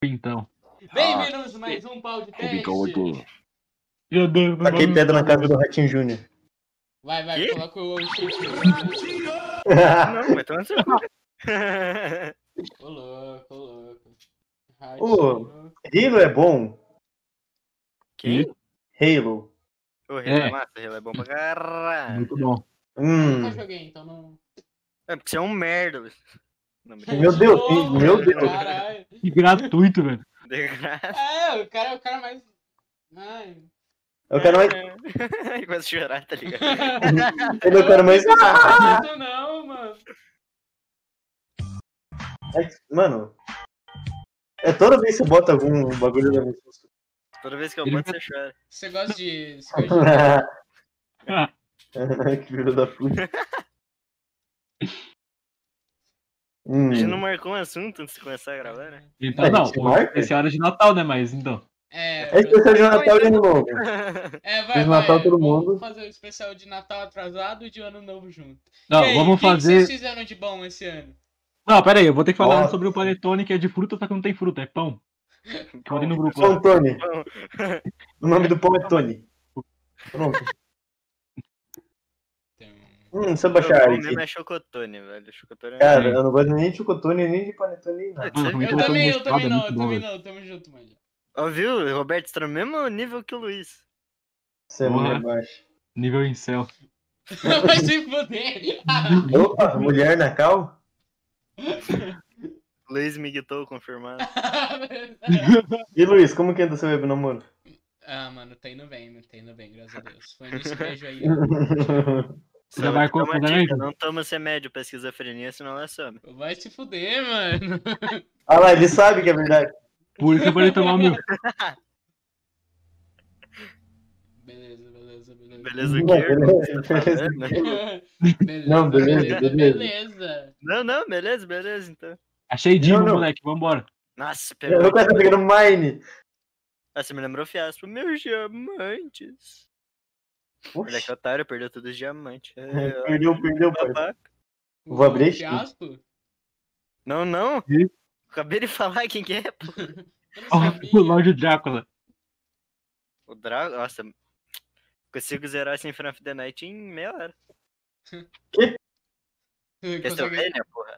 Então. Bem-vindos a mais um podcast. Meu Deus, não Taquei vamos- pedra na casa do Ratinho Júnior. Vai, Quê? coloca o shift. Não, mas tô no seu cu. Ô louco. Ô. Ratinho. Halo é bom? Quem? Halo. O Halo é massa, Halo é bom pra caralho. Muito bom. Nunca joguei, então não. É porque você é um merda. Não, Meu Deus, Ô, meu mano, Deus. Caralho. Que gratuito, velho. de graça. É, o cara mais. Ai. Eu quero mais. Ele começa a chorar, tá ligado? Eu quero mais. Não, não, mano. Mano. É toda vez que você bota algum bagulho na minha susto. Toda vez que eu boto, você chora. Você gosta de. Você gosta Ah, Que filho da puta. A gente não marcou um assunto antes de começar a gravar, né? então, É, não. você marca? Esse é hora de Natal, né? Mas então. É especial de Natal e Ano Novo. vai. Feliz Natal todo Vamos mundo. fazer o especial de Natal atrasado e de Ano Novo junto. Não, E aí, vamos o que fazer. que vocês fizeram de bom esse ano? Não, pera aí, eu vou ter que falar Nossa. sobre o panetone que é de fruta, só que não tem fruta, é pão. Que eu botei no grupo lá. Pão Tony. O nome do pão é Tony. Pronto. Então, Deixa eu baixar O aqui. mesmo é chocotone, velho. Chocotone é... Cara, eu não gosto nem de chocotone, nem de panetone, nem nada. Mano, eu muito também misturado, é não, muito bom, velho. tamo junto, mano. Ó, viu? O Roberto está no mesmo nível que o Luiz. Você não Porra. é baixo. Nível em céu. Vai se fuder. Opa, mulher na cal? Luiz me guitou, confirmado. E Luiz, como que anda seu web namoro? Mano, tá indo bem, graças a Deus. Foi nesse beijo aí, ó. Você já marcou Toma com o dica, Danilo? não toma esse remédio pra esquizofrenia, senão ela some. Vai se fuder, mano. Ah lá, ele sabe que é verdade. Por isso eu falei tomar o meu. Beleza. Beleza o Não, quê? beleza, Tá beleza. falando? Não, beleza. Beleza. Não, beleza, então. Achei Dimo, Não. moleque, vambora. Nossa, Eu pegou. vou estar pegando mine. Ah, você me lembrou fiasco. Meus diamantes. Olha Oxi, que otário, perdeu todos os diamantes. perdeu, pai. Babaca. Vou abrir aqui. Fiasco? Não. Ih. Acabei de falar quem que é, pô. Eu não Ó, sabia. o Lorde Drácula. O Drago. Nossa. Consigo zerar esse Infinite of the Night em meia hora. Castlevania, porra.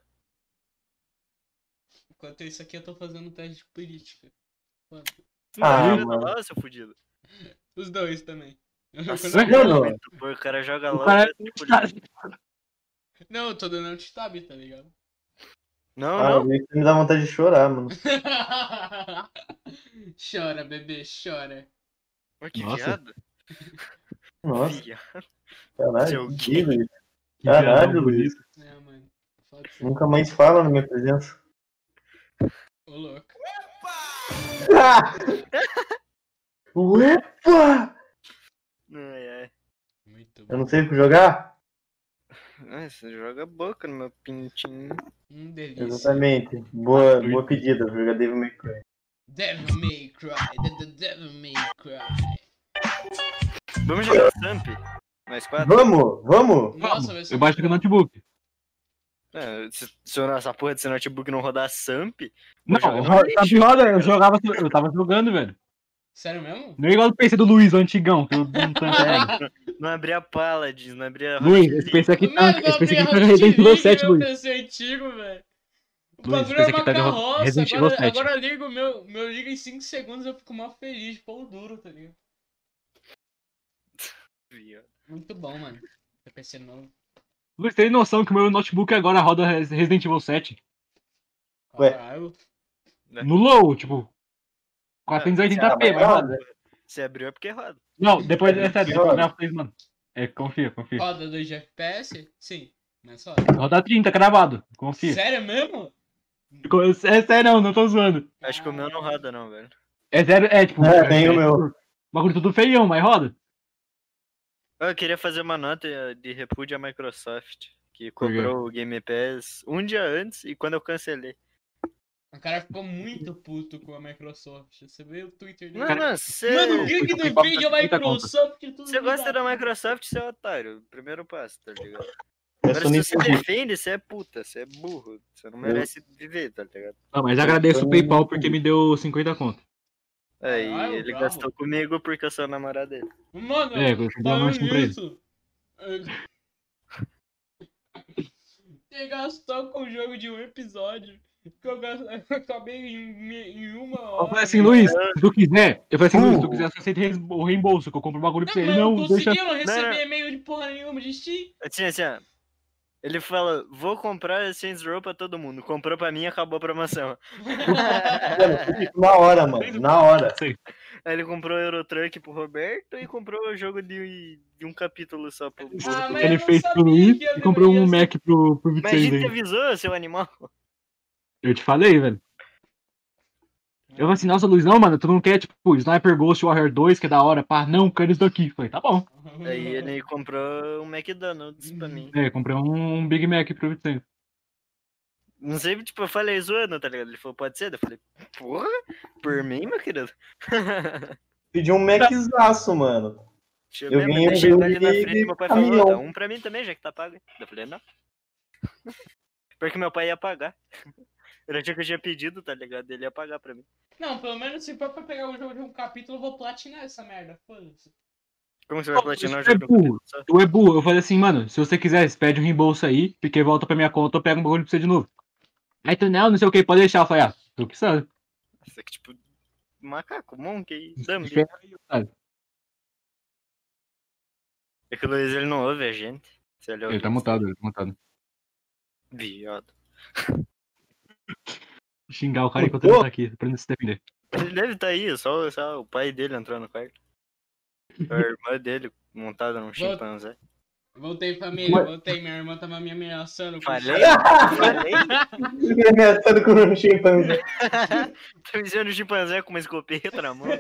Enquanto isso aqui, eu tô fazendo um teste de política. Foda. Ah, Não, joga mano. LOL, seu fudido. Os dois também. Nossa, Mano. muito, pô, o cara joga O LOL. cara- e tá fudido. Não, eu tô dando alt-tab, tá ligado? Não. Isso me dá vontade de chorar, mano. Chora, bebê, chora. Olha que Nossa. viado. Nossa, Viado. caralho. Seu que quê? Luiz. Que Caralho, viadão Luiz. bonito. Mano. Foda ser. Nunca mais fala na minha presença. Ô, louco. Uepa! Ai. Muito Eu bom. não sei o que jogar? Você joga boca no meu pintinho. Delícia. Exatamente. Boa pedida, jogar Devil May Cry. Devil May Cry. The Devil May Cry. Vamos jogar Samp? Nós quatro? Vamos! Nossa, vai ser Eu baixo aqui no muito notebook. Se essa porra desse notebook não rodar Samp, Não, jogar no sabe roda, eu tava jogando, velho. bom. Sério mesmo? Não é igual o PC do Luiz, o antigão, que eu não tanto não abria Paladins, não abria Luiz, Rocket esse PC aqui tá. Mano, Esse PC aqui tá Rocket Resident Evil League, 7, meu Luiz. PC antigo, velho. O Luiz, bagulho esse é aqui tá de uma carroça. Resident Evil 7. Agora eu ligo meu liga em 5 segundos, eu fico mó feliz, pão duro, tá ligado? League. Muito bom, mano. PC novo. Luiz, tem noção que o meu notebook agora roda Resident Evil 7? Ué. Caralho. No low, tipo. 480p, mas roda. Se abriu é porque roda. Não, depois, é sério, depois Roda. grava pra vocês, mano. É, confia. Roda 2 de FPS? Sim. Mas só. Roda 30, cravado, confia. Sério mesmo? É sério, não tô zoando. Acho que o meu não roda não, velho. É sério, é tipo. Tem o meu. Bagulho tudo feião, mas roda. Eu queria fazer uma nota de repúdio à Microsoft, que Por quê? cobrou o Game Pass um dia antes e quando eu cancelei. O cara ficou muito puto com a Microsoft. Você viu o Twitter dele? Mano, você... Mano, o que que defende a 30 conto. Microsoft? Tudo Você gosta ligado. da Microsoft, você é otário. Primeiro passo, tá ligado? Eu Agora, sou se nem você defende, você é puta, você é burro. Você não merece viver, tá ligado? Não, mas agradeço Eu o PayPal porque me deu 50 conto. Aí Caralho, ele brabo. gastou comigo porque eu sou namorado dele. Mano, É, eu dei uma falando lanche pra ele. nisso, ele gastou com o jogo de um episódio. Que eu acabei em uma Eu hora. falei assim, Luiz, se tu quiser, Luiz, se tu quiser, você aceita o reembolso, que eu compro o bagulho pra Não, ele. mas eu Não, não deixa. consegui, eu não recebi não. e-mail de porra nenhuma de Steam. Assim, ó. Ele fala, vou comprar Saints Row pra todo mundo. Comprou pra mim e acabou a promoção. Mano, na hora, mano. Na hora. Sei. Aí ele comprou o Eurotruck pro Roberto e comprou o jogo de um capítulo só pro burro Ah, do mas Luiz. Ele eu não fez pro sabia Luiz que ia e comprou ia um ser- Mac pro Mas a 26 gente aí. avisou, seu animal. Eu te falei, velho. Eu falei assim, nossa, Luiz, não, mano, tu não quer, tipo, Sniper Ghost Warrior 2, que é da hora, pá, não, quero isso daqui. Falei, tá bom. Aí ele comprou um McDonald's pra mim. É, comprei um Big Mac pro 26. Não sei, tipo, eu falei zoando, tá ligado? Ele falou, pode ser? Eu falei, porra, por mim, meu querido? Pedi um Maczaço, mano. Deixa Eu mesmo, ganhei um deixei ele ali na jogo frente de e meu pai falou, caminhão. dá um pra mim também, já que tá pago. Eu falei, não. Porque meu pai ia pagar. Eu achei que eu tinha pedido, tá ligado? Ele ia pagar pra mim. Não, pelo menos se for pra pegar o jogo de um capítulo, eu vou platinar essa merda. Foda-se. Como você vai Pô, platinar o tu é jogo? burro. Tu é burro. Eu falei assim, mano, se você quiser, você pede um reembolso aí, porque volta pra minha conta, eu pego um bagulho pra você de novo. Aí tu, não sei o que, pode deixar. Eu falei, tu que sabe. Isso aqui, tipo, macaco, monkey, dumb. Sabe? É que o Luiz, ele não ouve a gente. Se ele Ele tá mutado, ele tá mutado. Viado. Xingar o cara enquanto ele tá aqui, pra ele se defender. Ele deve estar aí, só o pai dele entrou no quarto. A irmã dele montada num chimpanzé. Voltei, família, voltei. Minha irmã tava me ameaçando. com Falei? chave. Falei? Me ameaçando com um chimpanzé. Tô dizendo o chimpanzé com uma escopeta na mão.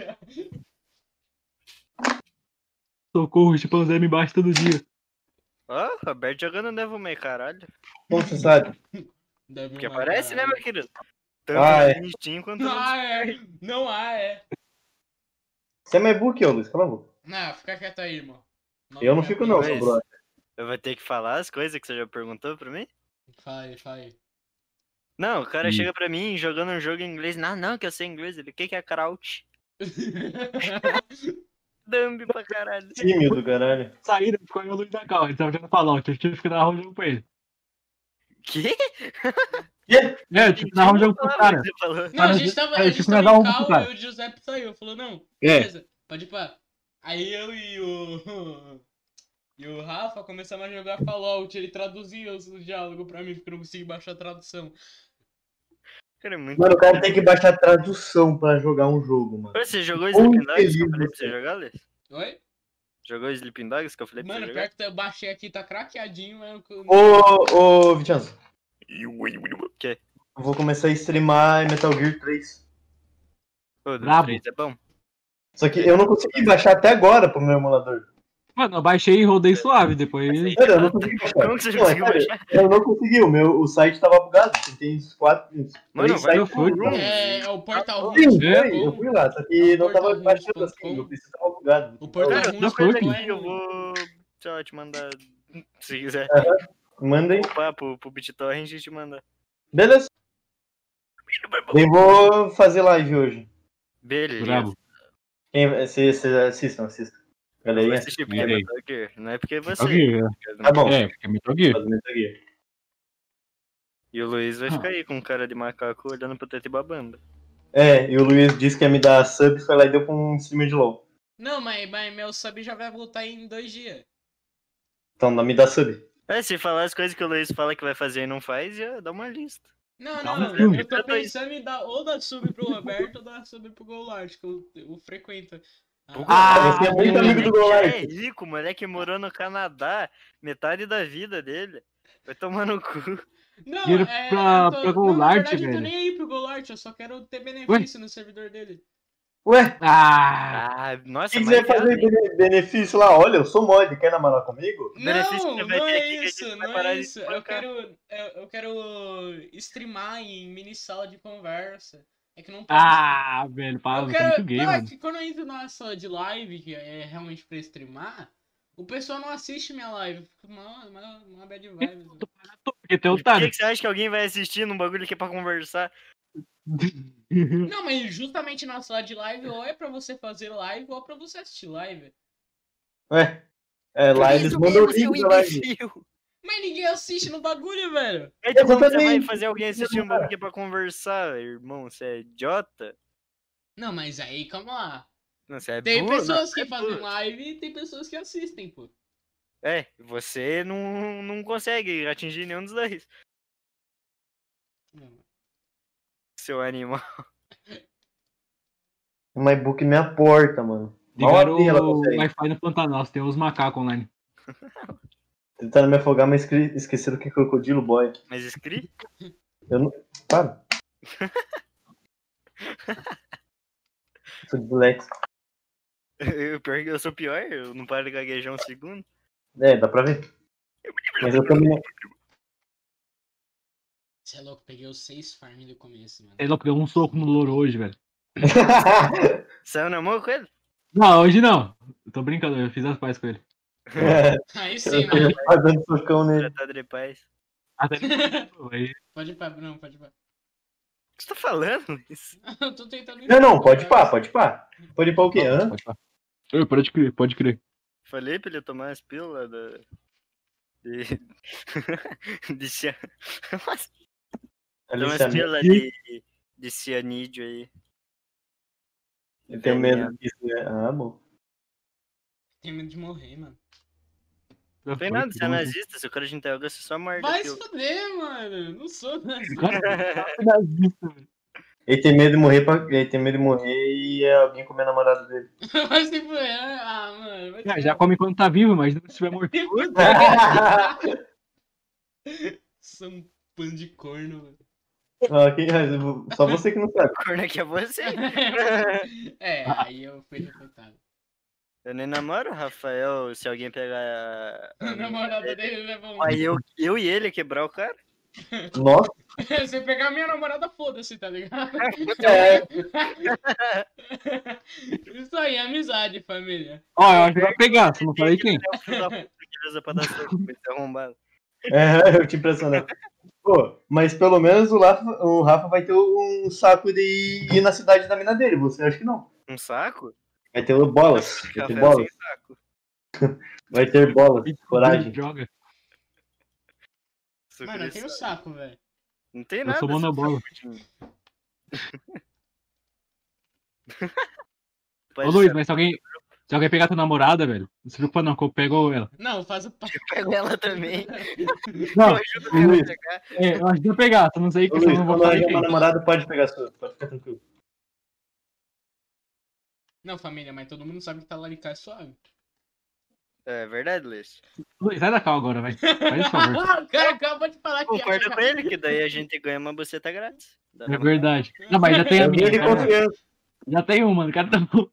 Socorro, o chimpanzé me bate todo dia. Ó, Roberto jogando Devil May, caralho. Como você sabe? Deve Porque uma aparece, né, caralho. meu querido? Tanto Ah, no Steam quanto Não no... há, é. Não há, é. Você é mais burro que eu, Luiz. Cala a boca. Não, fica quieto aí, irmão. Eu não fico, não, Luiz. seu brother. Eu vou ter que falar as coisas que você já perguntou pra mim? Fala aí. Não, o cara Ih. chega pra mim jogando um jogo em inglês. Não, que eu sei inglês. Ele, o que é crouch? Dumb pra caralho. Tímido do caralho. Saída, ficou eu e o Luiz da Cal. Ele tava jogando Fallout, eu tive que dar round jogo pra ele. Que? É, eu tive que dar round jogo pro cara. Você falou. Não, a Cara, gente tava, eu a gente tive que tava dar em um cal pro cara. e o Giuseppe saiu. Falou, não, É. beleza, pode ir pra. Aí eu e o... E o Rafa começamos a jogar Fallout. Ele traduzia os diálogos pra mim, porque eu não consegui baixar a tradução. Cara, é muito... Mano, o cara tem que baixar a tradução pra jogar um jogo, mano. Você jogou Sleeping Dogs que eu Infeliz falei pra você você. jogar, Lê? Oi? Jogou Sleeping Dogs que eu falei pra Mano, você pior jogar? que eu baixei aqui, tá craqueadinho, mas eu... Ô, Vicenzo, O quê? eu vou começar a streamar Metal Gear 3. Pô, do Brabo. 3 é bom. Só que eu não consegui baixar até agora pro meu emulador. Mano, eu baixei e rodei suave, depois... Sério, eu não consegui baixar. Como que você Não, conseguiu sério, baixar? eu não consegui, o site tava bugado. Tem uns 4, Mano, três vai no sites fui, bugados. É o Portal Sim, Runes. eu fui lá, só que É o não tava Portal baixando Runes.com. assim, eu precisava bugado. O Portal Cara, Runes. uma coisa foi, aqui que eu vou, sei lá, te mandar, se quiser, Manda aí. upar pro BitTorrent e te mandar. Beleza. Eu vou fazer live hoje. Beleza. Brabo. Vocês assistam. Eu vou Galerinha, assistir porque é Irei. Metal Gear. Não é porque é Metal você. Gear, tá bom. é, porque é Metal Gear. Faz Metal Gear. E o Luiz vai Ah. ficar aí com cara de macaco olhando pro teto e babando. É, e o Luiz disse que ia me dar sub, foi lá e deu pra um streamer de LOL. Não, mas meu sub já vai voltar em 2 dias. Então, não me dá sub. É, se falar as coisas que o Luiz fala que vai fazer e não faz, já dá uma lista. Não, Dá um não, filme. eu tô pensando em dar ou dar sub pro Roberto ou dar sub pro Golart, que eu frequento. Ah, você é muito amigo do moleque Golart. é rico, o moleque morou no Canadá, metade da vida dele. Vai tomar no cu. Não, Dinheiro pra Golart, na verdade, eu tô velho. nem aí pro Golart, eu só quero ter benefício no servidor dele. Ué, Ah, Ah, o nossa, que você vai fazer benefício lá? Olha, eu sou mod, quer namorar comigo? benefício que Não, vai não ter é aqui que a isso, gente vai não parar é de isso. trocar. Eu quero streamar em mini sala de conversa. É que não pode. ah, velho, para, Eu você é quero. muito gay, Não, é mano. que quando eu entro na sala de live, que é realmente pra streamar, O pessoal não assiste minha live. Fica uma bad vibe. Porque tem Por otário. que você acha que alguém vai assistir num bagulho que é pra conversar? Não, mas justamente na sala de live, ou é pra você fazer live, ou é pra você assistir live. Ué, lá eles mandam o link da live. imbecil. Mas ninguém assiste no bagulho, velho. Então como você vai Exatamente. fazer alguém assistir um bagulho que é pra conversar, irmão? Você é idiota? Não, mas aí, calma lá. Não, você é Tem burro, pessoas não, que é fazem burro. live e tem pessoas que assistem, pô. É, você não consegue atingir nenhum dos dois, seu animal. O MyBook minha porta, mano. Mal Ligaram abri, ela o consegue. Wi-Fi no Pantanal, tem uns macacos online. Tentando me afogar, mas esqueceram que é crocodilo boy. Mas escri? Eu não. Para. Sou disléxico. Pior que eu sou pior, eu não paro de gaguejar um segundo. É, dá pra ver. Mas eu também. Você é louco, peguei os 6 farm do começo, mano. Sei lá, deu um soco no louro hoje, velho. Saiu na mão com ele? Não, hoje não. Eu tô brincando, eu fiz as pazes com ele. Aí sim, Eu tô mano. fazendo socão nele. Já tá de paz. Até aí, Pode ir pra, não, pode ir pra. O que você tá falando, Luiz? Eu tô tentando. Não, pode pá, pode pá. Pode ir pra o quê? Hã? pode falar. Pode crer, pode crer. Falei pra ele tomar as pílulas da... De... de cian... Toma as pílulas de cianídeo aí. Eu tenho medo disso, né? Ah, bom. Tem medo de morrer, mano. Não tem nada, você é nazista, seu cara de interroga, você só morde a Vai se pílula. fuder, mano. Não sou nazista. Nazista, velho. Ele tem medo de morrer ele tem medo de morrer e é alguém comer a namorada dele. Vai se fuder. Ah, mano. Vai se Já come quando tá vivo, mas se tiver morto. fuder. Sou um pano de corno, mano. Só você que não sabe. Corno aqui é você. É, aí eu fui revoltado. Eu nem namoro, Rafael, se alguém pegar... A namorada dele levou um. Aí eu e ele quebrar o cara. Nossa, Se pegar minha namorada, foda-se, tá ligado? é. Isso aí, amizade, família. Ó, eu acho que vai pegar, só não falei quem. É o filho da puta que usa pra dar soco, pra esse arrombado. Eu te impressiono. Pô, mas pelo menos o Rafa vai ter um saco de ir na cidade da mina dele. Você acha que não? Um saco? Vai ter bolas. Vai ter Rafael bolas. sem saco. Vai ter bolas. Coragem. Joga. Suco Mano, eu de tenho saco. saco, velho. Não tem Eu nada. sou monobola. Pode Ô Luiz, ser. mas se alguém pegar tua namorada, velho, não se preocupa não, que eu pego ela. Não, faz o Eu pego ela também. Não, Eu ajudo o cara a Luiz. pegar. eu acho que eu pegar, só não sei Ô, que Luiz, eu não vou quando falar arranjar quem. uma namorada, pode pegar a sua. Pode ficar tranquilo. Não, família, mas todo mundo sabe que talaricar é suave. É verdade, Luiz. Luiz, sai da cal agora, vai. Faz esse favor. O cara acabou de falar que Concorda com ele, que daí a gente ganha uma buceta grátis. Dá É na- verdade. Não, mas já tem a Alguém minha. de cara. confiança. Já tem uma, o cara tá bom.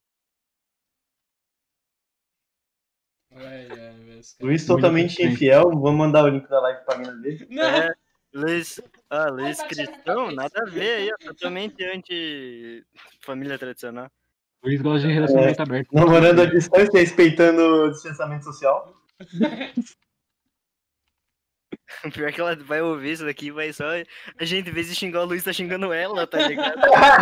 Vai, velho. Luiz totalmente infiel. Vou mandar o link da live pra mina dele. Não, É, Luiz, Luiz Vai bater na cristão, cabeça. nada a ver aí, ó, totalmente anti-família tradicional. Luiz gosta de relacionamento aberto. Namorando à distância, respeitando o distanciamento social. Pior que ela vai ouvir isso daqui, vai só. A gente, em vez de xingar o Luiz, tá xingando ela, tá ligado?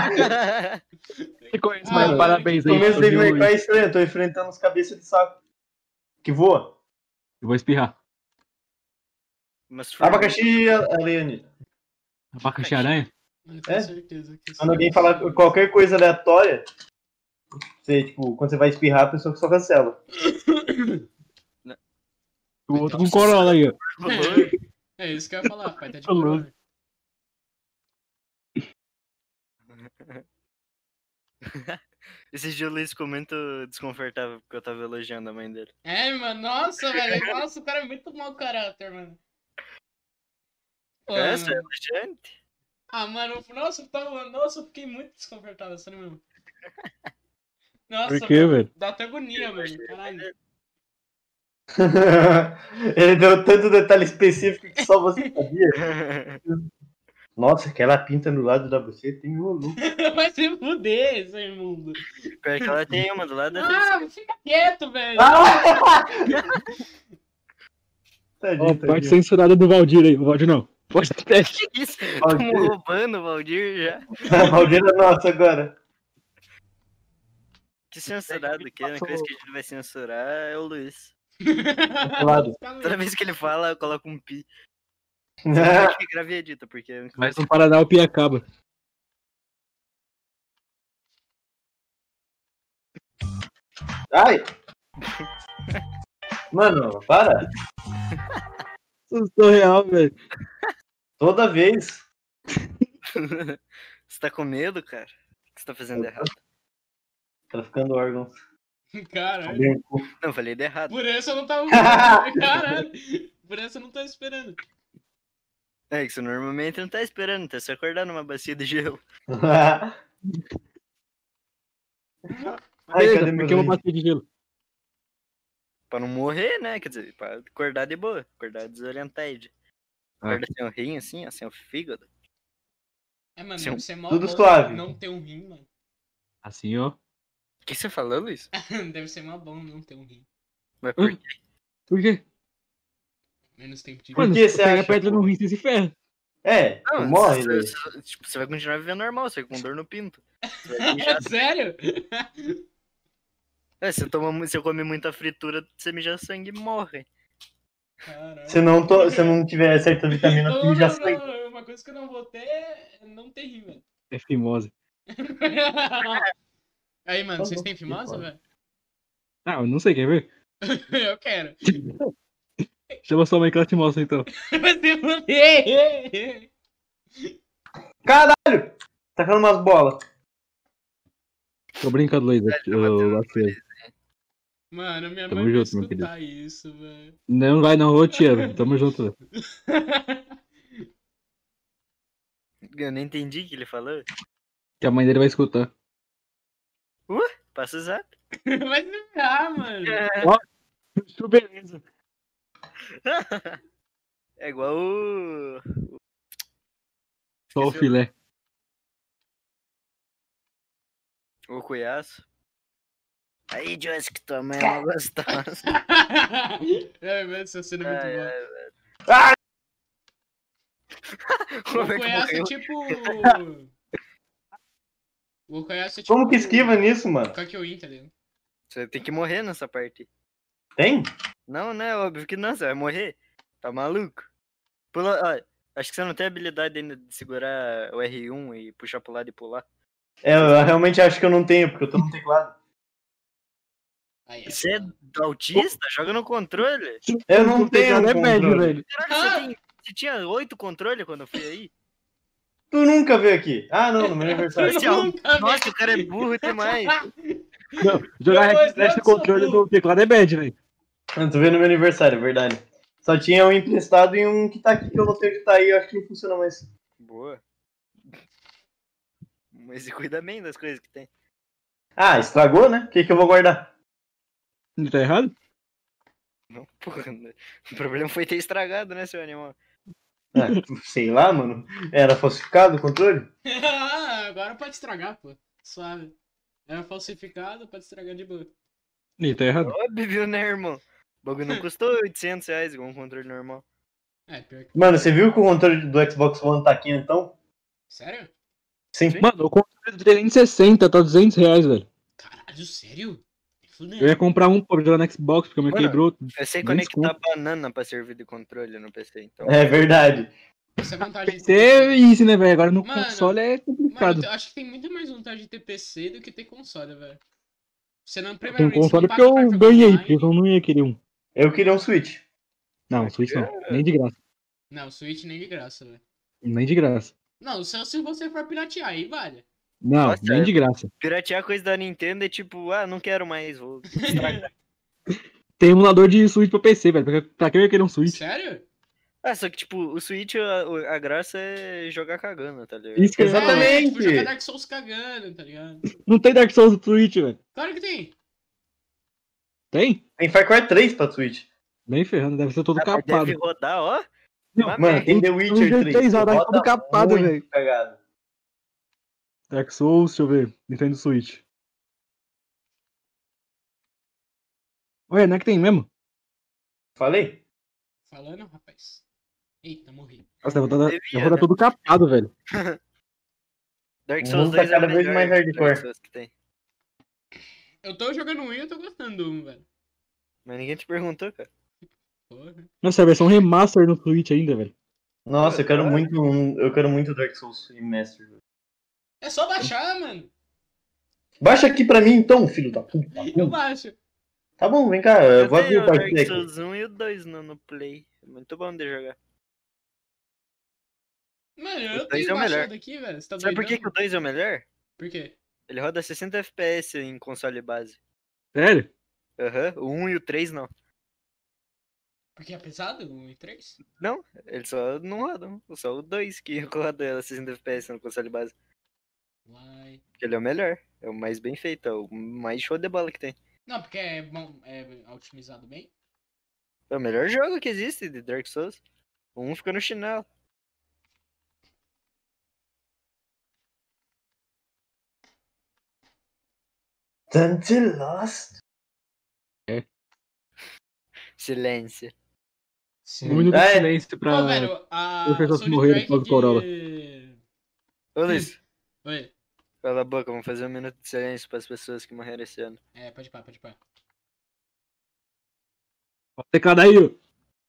Você conhece, Ah, mas mano, parabéns aí. No começo dele viu, mercado é Luiz? estranho. Eu tô enfrentando os cabeças de saco. Que voa. Eu vou espirrar. Mas Abacaxi, Eliane. Abacaxi aranha? eu tenho É? certeza que Quando alguém falar qualquer coisa aleatória, você, tipo, quando você vai espirrar, a pessoa só cancela. O outro com corolla aí, ó. É isso que eu ia falar, pai, tá de Falou. corona. Esses dias o Luiz ficou muito desconfortável porque eu tava elogiando a mãe dele. É, mano, nossa, velho. Nossa, o cara é muito mau caráter, mano. Pô, Essa é mano. elogiante? Ah, mano, nossa, nossa, eu fiquei muito desconfortável, sério mesmo. Nossa, Por quê, velho? dá até agonia, mano. Caralho. Ele deu tanto detalhe específico que só você sabia. Nossa, aquela pinta no lado da buceta tem louco. Vai se fuder, seu imundo. Pior que ela tem uma do lado da Fica quieto, velho. Ó, parte censurada do Valdir aí. O Valdir não. Pode ter. Que isso? Valdir. Tamo roubando o Valdir já. Valdir é nossa agora. Que censurado que é, a única coisa que a gente vai censurar é o Luiz. Claro. Toda vez que ele fala, eu coloco um pi. Acho que grave e edita, porque é a única Mas coisa no Paraná o Pia acaba. Ai! Mano, para. Susto real, velho. Toda vez. Você tá com medo, cara? O que você tá fazendo errado? Traficando órgãos. Caralho. Não, eu falei de errado. Por essa eu não tava. Caralho. Por essa eu não tava esperando. É que você normalmente não tá esperando, tá se acordar numa bacia de gelo. Ai, Beleza, cadê por meu que eu vou rim? bater de gelo? Pra não morrer, né? Quer dizer, pra acordar de boa. Acordar desorientado. Ah. Acorda sem o rim, assim, ó, sem o fígado. É, mano, Sim. deve ser mó Tudo bom suave. não ter um rim, mano. Assim, ó. O que você falou, Luiz? Deve ser mó bom não ter um rim. Mas por quê? Por quê? Menos tempo de Por Mano, que se você pega acha, pedra pô? no rim, você se ferra. É, tu Não, morre, você, velho. tipo, você vai continuar vivendo normal, você com dor no pinto. Você vai mijar. Sério? Você você come muita fritura, você mija sangue e morre. Caralho. Se não tiver certa vitamina, tu já sai. Não, uma coisa que eu não vou ter é não ter rim, velho. É fimose. Aí, mano, vocês têm fimosa, velho? Ah, eu não sei, quer ver? Eu quero. Chama sua mãe que ela te mostra, então. Vai se fuder. Caralho! Tacando umas bolas. Tô brincando, Luiz. Eu vacilo. Mano, minha Tamo mãe vai junto, meu escutar isso, velho. Não vai não, ô tia. Tamo junto, velho. Eu nem entendi o que ele falou. Que a mãe dele vai escutar. Passa o zap. Vai se ferrar, mano. Beleza. É igual o. Só o filé. O cuiaço. Aí, Joyce, que tua mãe é uma gostosa. É, velho, essa cena é muito Ai, boa. ai, velho. Ah! Como é que Conhece morreu? tipo. O conhece tipo. Como que esquiva nisso, mano? Kakyoin, tá ligado? Você tem que morrer nessa parte. Tem? Não, né? Óbvio que não, você vai morrer. Tá maluco? Pula... Ó, acho que você não tem habilidade ainda de segurar o R1 e puxar pro lado e pular. É, eu realmente acho que eu não tenho, porque eu tô no teclado. Aí, é. Você é autista? Joga no controle. Eu não tenho é médio, controle. velho. Caralho, você tinha 8 controles quando eu fui aí? Tu nunca veio aqui. Ah, não, no meu aniversário. Esse é um- Nunca vi. Nossa, o cara é burro demais. Não, jogar Depois Hack Slash eu no controle sou burro. do teclado é bad, velho. Eu tô vendo no meu aniversário, é verdade. Só tinha um emprestado e um que tá aqui que eu não sei onde tá aí, eu acho que não funciona mais. Boa. Mas se cuida bem das coisas que tem. Ah, estragou, né? O que eu vou guardar? Não tá errado? Não, porra, o problema foi ter estragado, né, seu animal? Ah, sei lá, mano. Era falsificado o controle? Agora pode estragar, pô. Suave. É falsificado, pode estragar de boa. Ih, tá errado. Óbvio, né, irmão? O bagulho não custou 800 reais igual um controle normal. É, pior que. Mano, você viu que o controle do Xbox One tá quentão? Sério? Sim. Mano, o controle do 360 tá 200 reais, velho. Caralho, sério? Fudeu. Eu ia comprar um pra jogar no Xbox, porque o meu Mano, quebrou. Eu sei Nem conectar banana pra servir de controle no PC, então. É verdade. Essa é a vantagem de PC é easy, né, velho? Agora no Mano, console é complicado. Mano, eu acho que tem muito mais vontade de ter PC do que ter console, velho. Você não, Tem um primeiramente, console você porque não paga eu pra ganhei, online. porque eu não ia querer um. Eu queria um Switch. Não, Switch não. Nem de graça. Não, Switch nem de graça, velho. Nem de graça. Não, só se você for piratear, aí vale. Não, Nossa, nem de graça. Piratear coisa da Nintendo é tipo, ah, não quero mais, vou estragar. Tem emulador de Switch pra PC, velho. Pra que eu ia querer um Switch? Sério? Ah, só que tipo, o Switch, a graça é jogar cagando, tá ligado? Isso que eu ia falar. Exatamente. É, tipo, jogar Dark Souls cagando, tá ligado? Não tem Dark Souls no Switch, velho. Claro que tem. Tem? Tem Far Cry 3 pra Switch. Nem ferrando, deve ser todo Ah, mas capado. deve rodar, ó. Mano, tem The Witcher 3. 3 horas, roda tudo capado, muito velho. cagado. Dark Souls, deixa eu ver. Nintendo Switch. Olha, não é que tem mesmo? Falei? Falando, rapaz. Eita, morri. Nossa, já Devia, roda né? todo capado, velho. Dark O Souls mundo tá 2 é o cada vez melhor mais hardcore. Dark Souls que tem. Eu tô jogando um e eu tô gostando do 1, velho. Mas ninguém te perguntou, cara. Porra. Nossa, a versão remaster no Switch ainda, velho. Nossa, eu quero muito Dark Souls Remaster. É só baixar, mano. Baixa aqui pra mim então, filho da puta. Eu baixo. Tá bom, vem cá, eu Eu vou abrir tenho o o Dark parque aqui. Souls 1 e o 2 no Play. É muito bom de jogar. Mano, O eu 2 tenho é o melhor. baixado aqui, velho. Você tá Sabe por que, doidão? que o 2 é o melhor? Por quê? Ele roda 60 FPS em console base. Sério? Aham, o 1 e o 3 não. Porque é pesado, o 1 e 3? Não, eles só não rodam. Só o 2 que roda 60 FPS no console base. Uai. Porque ele é o melhor. É o mais bem feito, é o mais show de bola que tem. Não, porque é bom, é otimizado bem. É o melhor jogo que existe de Dark Souls. O 1 fica no chinelo. Dante Lost. Silêncio. Um minuto de É. silêncio pra Pô, velho, a as pessoas que morreram soundtrack por causa do Corolla. de... Ô Luiz, Oi. cala a boca, vamos fazer um minuto de silêncio para as pessoas que morreram esse ano. É, pode pá, pode pá. Ó, teclado aí, ó.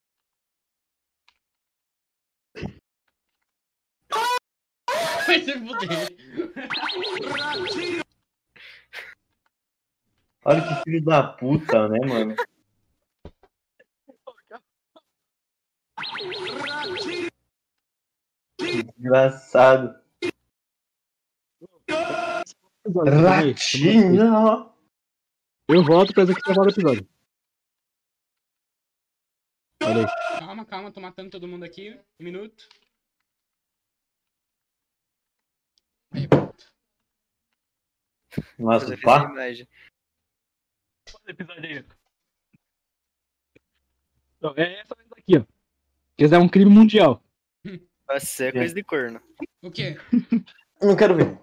Vai se fuder. Olha que filho da puta, né, mano? Engraçado. Ratinho. Eu volto pra dizer que acabou o episódio. Olha aí. Calma, calma, tô matando todo mundo aqui. Um minuto. Aí, pronto. Nossa, Eu fiz a pá. imagem. Olha o episódio aí. Então, é essa vez aqui, ó. Que é um crime mundial. Nossa, isso é coisa de corno. O quê? Não quero ver.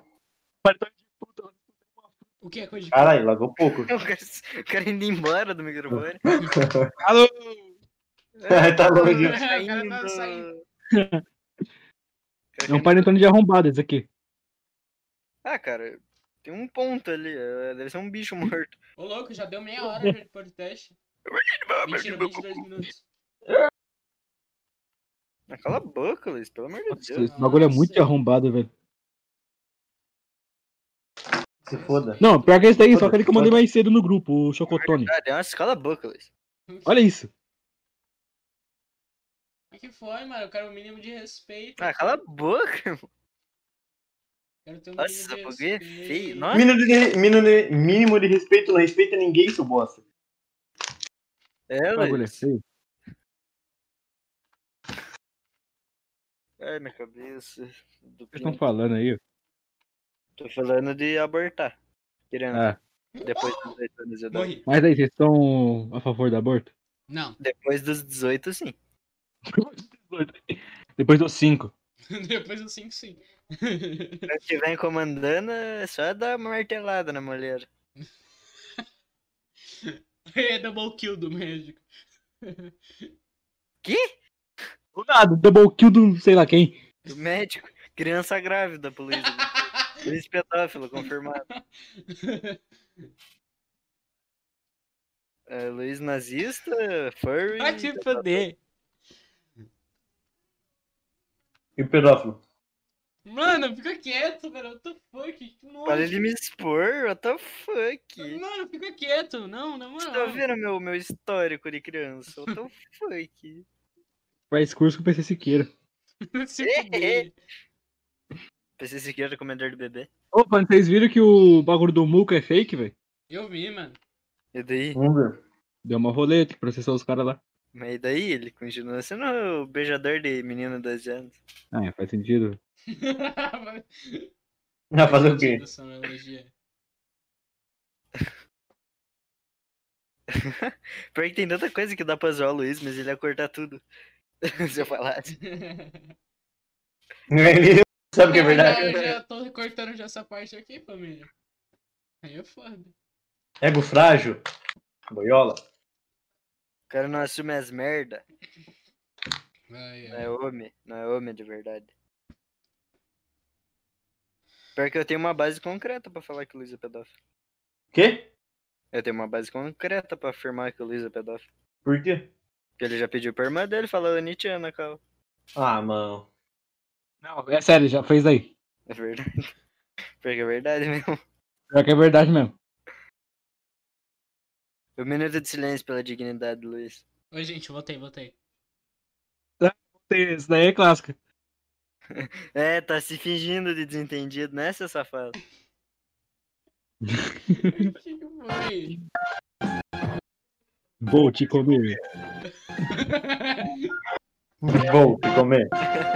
O que é coisa de... Caralho, lagou pouco. O cara indo embora do microfone. Alô! Tá longe. O cara tá saindo. É um parentone de arrombado esse aqui. Ah, cara, tem um ponto ali. Deve ser um bicho morto. Ô, louco, já deu meia hora de podcast. Mentira, 22 minutos. Ah, cala a boca, Luiz, pelo amor de Nossa, Deus. esse bagulho é Nossa. muito arrombado, velho. Se foda. Não, pior que esse daí, só aquele que eu mandei mais cedo no grupo, o Chocotone. Nossa, cala a boca, Luiz. Olha isso. O que foi, mano? Eu quero um mínimo de respeito. Ah, cala a boca. Quero ter um Nossa, mínimo de o bagulho é respeito. feio. Nossa. Mínimo de respeito, não respeita ninguém, seu bosta. É, O bagulho é Luiz. feio. Ai, minha cabeça. Do O que estão pinto. falando aí, ó? Tô falando de abortar. Querendo. Ah, Depois dos 18 anos de idade. Morri. mas aí, vocês estão a favor do aborto? Não. Depois dos 18, sim. Depois dos 5. Depois do 5, sim. Se eu estiver comandando, é só dar uma martelada na mulher. É double kill do médico. Que? Do nada, double kill do sei lá quem. Do médico. Criança grávida, polícia. Polícia pedófilo, confirmado. Luiz nazista, furry. Vai te foder. E o pedófilo? Mano, fica quieto, velho. What the fuck? Que nojo. Para de me expor, what the fuck? Mano, fica quieto. Não, na Você tá moral. vendo meu histórico de criança? What the fuck? Faz curso com o PC Siqueira. Se fuder. PC Siqueira, comedor de bebê. Opa, vocês viram que o bagulho do Muco é fake, velho? Eu vi, mano. E daí? Vamos ver. Deu uma roleta, processou os caras lá. Mas e daí? Ele continua sendo o beijador de menino de 12 anos. Ah, faz sentido. Ah, fazer o quê? Essa analogia. Pior que tem tanta coisa que dá pra zoar o Luiz, mas ele ia cortar tudo. Se eu falasse. Ele sabe que é verdade. Eu já tô cortando já essa parte aqui, família. Aí é foda. Ego frágil. Boiola. O cara não assume as merda. Vai, Não é homem. Não é homem de verdade. Pior que eu tenho uma base concreta pra falar que o Luiz é pedófilo. Quê? Eu tenho uma base concreta pra afirmar que o Luiz é pedófilo. Por quê? Porque ele já pediu pra irmã dele, falou Nietzscheana, cara. Ah, mano. Não, é sério, já fez aí. É verdade. Porque é verdade mesmo. Pior que é verdade mesmo. Um minuto de silêncio pela dignidade do Luiz. Oi, gente, voltei. Isso daí é clássico. É, tá se fingindo de desentendido, né, seu safado? O que foi? Vou te comer. Vou te comer.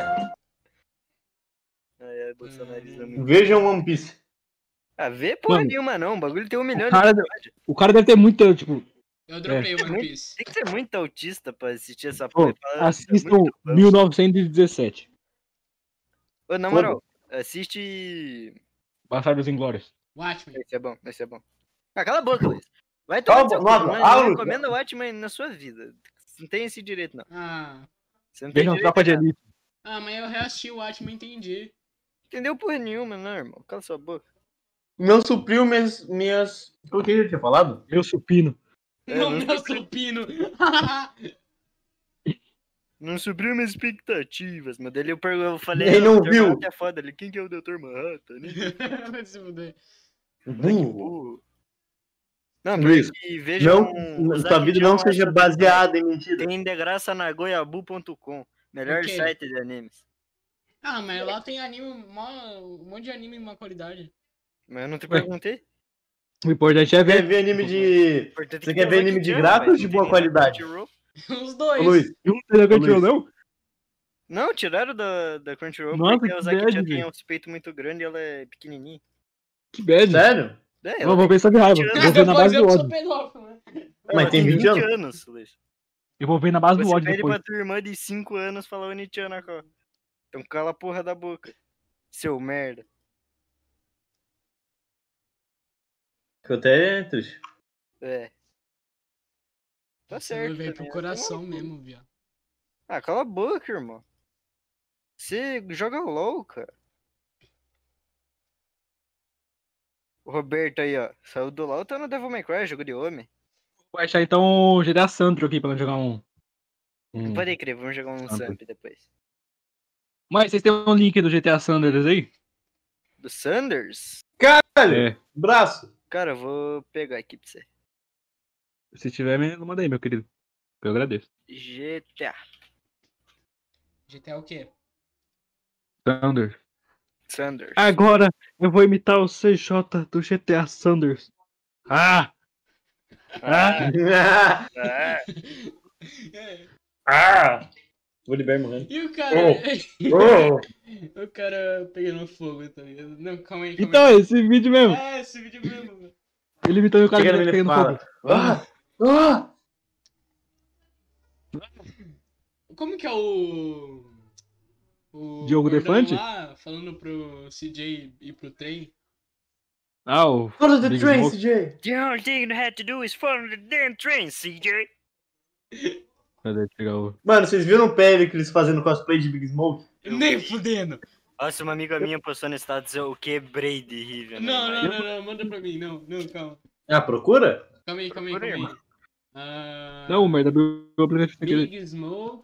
Ai, bolsonarismo é muito... Vejam One Piece. Ah, vê porra Mano, nenhuma não, o bagulho tem 1 milhão O de cara, episódios. o cara deve ter muito, tipo... Eu dropei o One Piece. Tem que ser muito autista pra assistir essa Pô, porra. e falar, assistam muito bom. 1917. Ô, na moral, assiste... Bastardos Inglórios. Watchmen. Vai ser bom, vai ser bom. Ah, cala a boca, Luiz. Vai Cala tomar a no seu boca, cu, Luiz. não Luiz. recomenda o Watchmen na sua vida. Você não tem esse direito, não. Ah. Você não tem Vejam direito Tropa a de nada. Elite. Mas eu reassisti o Watchmen e entendi. Entendeu porra nenhuma, não, irmão. Cala sua boca. Não supriu minhas... O que ele tinha falado? Eu supino. Não, não meu supino. Não subiu minhas expectativas, mas daí eu falei... Ele não o Dr. viu. Manhattan é foda. Ele, quem que é o Dr. Manhattan? Nem Vai se fuder. Burro. Não, Luiz, porque vejam... Não, o sua Zack vida não John seja acha baseada em mentira. Tem de graça na goiabu.com. Melhor O quê? site de animes. Ah, mas lá tem anime, um monte de anime em uma qualidade. Mas eu não te Ué. perguntei. O importante é Quer ver. ver anime de... Importante Você que quer tem ver o anime Zack de John, graça velho. ou de Não boa tem nem qualidade? Crunchyroll. Os Ô, dois. Luiz, Não tem na Crunchyroll, Luiz. não? Não, tiraram da Crunchyroll Nossa, porque que o Zack bad, John tem velho. os peitos muito grandes e ela é pequenininha. Que bad. sério? É, Eu vou pensar de raiva. Eu vou ver na base eu do que sou ódio. pedófilo, né? Mas tem 20 anos? Luiz. Eu vou ver na base do Você ódio pede depois. pra tua irmã de 5 anos falar o Nietzscheana, cara. Então cala a porra da boca. Seu merda. Ficou até triste. É. Tá Você certo. vai ver pro também, coração vai tomar no cu. mesmo, viado. Ah, cala a boca, irmão. Você joga LOL, cara. O Roberto aí, ó. Saiu do LOL, tá no Devil May Cry, jogo de homem. Vou achar então o GTA Sandro aqui pra nós jogar um. Pode crer, vamos jogar um Santo. Samp depois. Mas vocês têm um link do GTA Sanders aí? Do Sanders? Caralho, É. braço. Cara, eu vou pegar aqui pra você. Se tiver, me manda aí, meu querido. Eu agradeço. GTA. GTA é o quê? Sanders. Sanders. Agora eu vou imitar o CJ do GTA Sanders. Ah! Ah! Ah, Ah! Vou liberar morrendo. E o cara. Oh! O cara pegando fogo, tá ligado? Não, calma aí. Então, é esse vídeo mesmo. É, esse vídeo mesmo, velho. Ele imitando o cara Chega que na tá minha pegando fala. fogo. Ah! Como que é o. O Diogo gordão Defante? lá falando pro CJ ir pro trem? Ah, o. Follow the Big train, Smoke. CJ. the only thing you had to do is follow the damn train, CJ. Cadê pegar o. Mano, vocês viram o Pericles fazendo cosplay de Big Smoke? Nem fudendo! Nossa, uma amiga minha postou no status, eu quebrei de rir, velho. Não, manda pra mim, não, calma. Ah, procura? Calma aí. Procura aí, mano. Não, merda, meu aplicativo aqui. Big Smoke.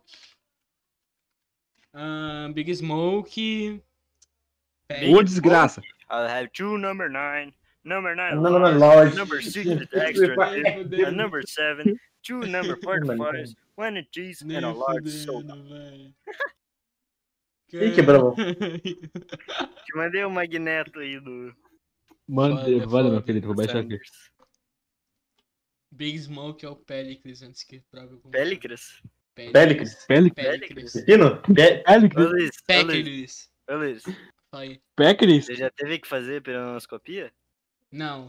Big Smoke. Ô, desgraça. I'll have two number 9, number 9 Number large, large. number 6 with extra Nem dip, and number 7, two number 45s, one in cheese, and a large soda. velho. Ih, quebrou. Te mandei o magneto aí do Manda, Foda, vale, meu foda. querido, vou baixar aqui. Sanders. Big Smoke é o Pericles antes que prove o contrário. Pélicras? Pericles? Pericles. Pepino? Ô Pélicles? Luiz, Pericles. ô Luiz, Fala aí. Pécris? você já teve que fazer peronoscopia? Não.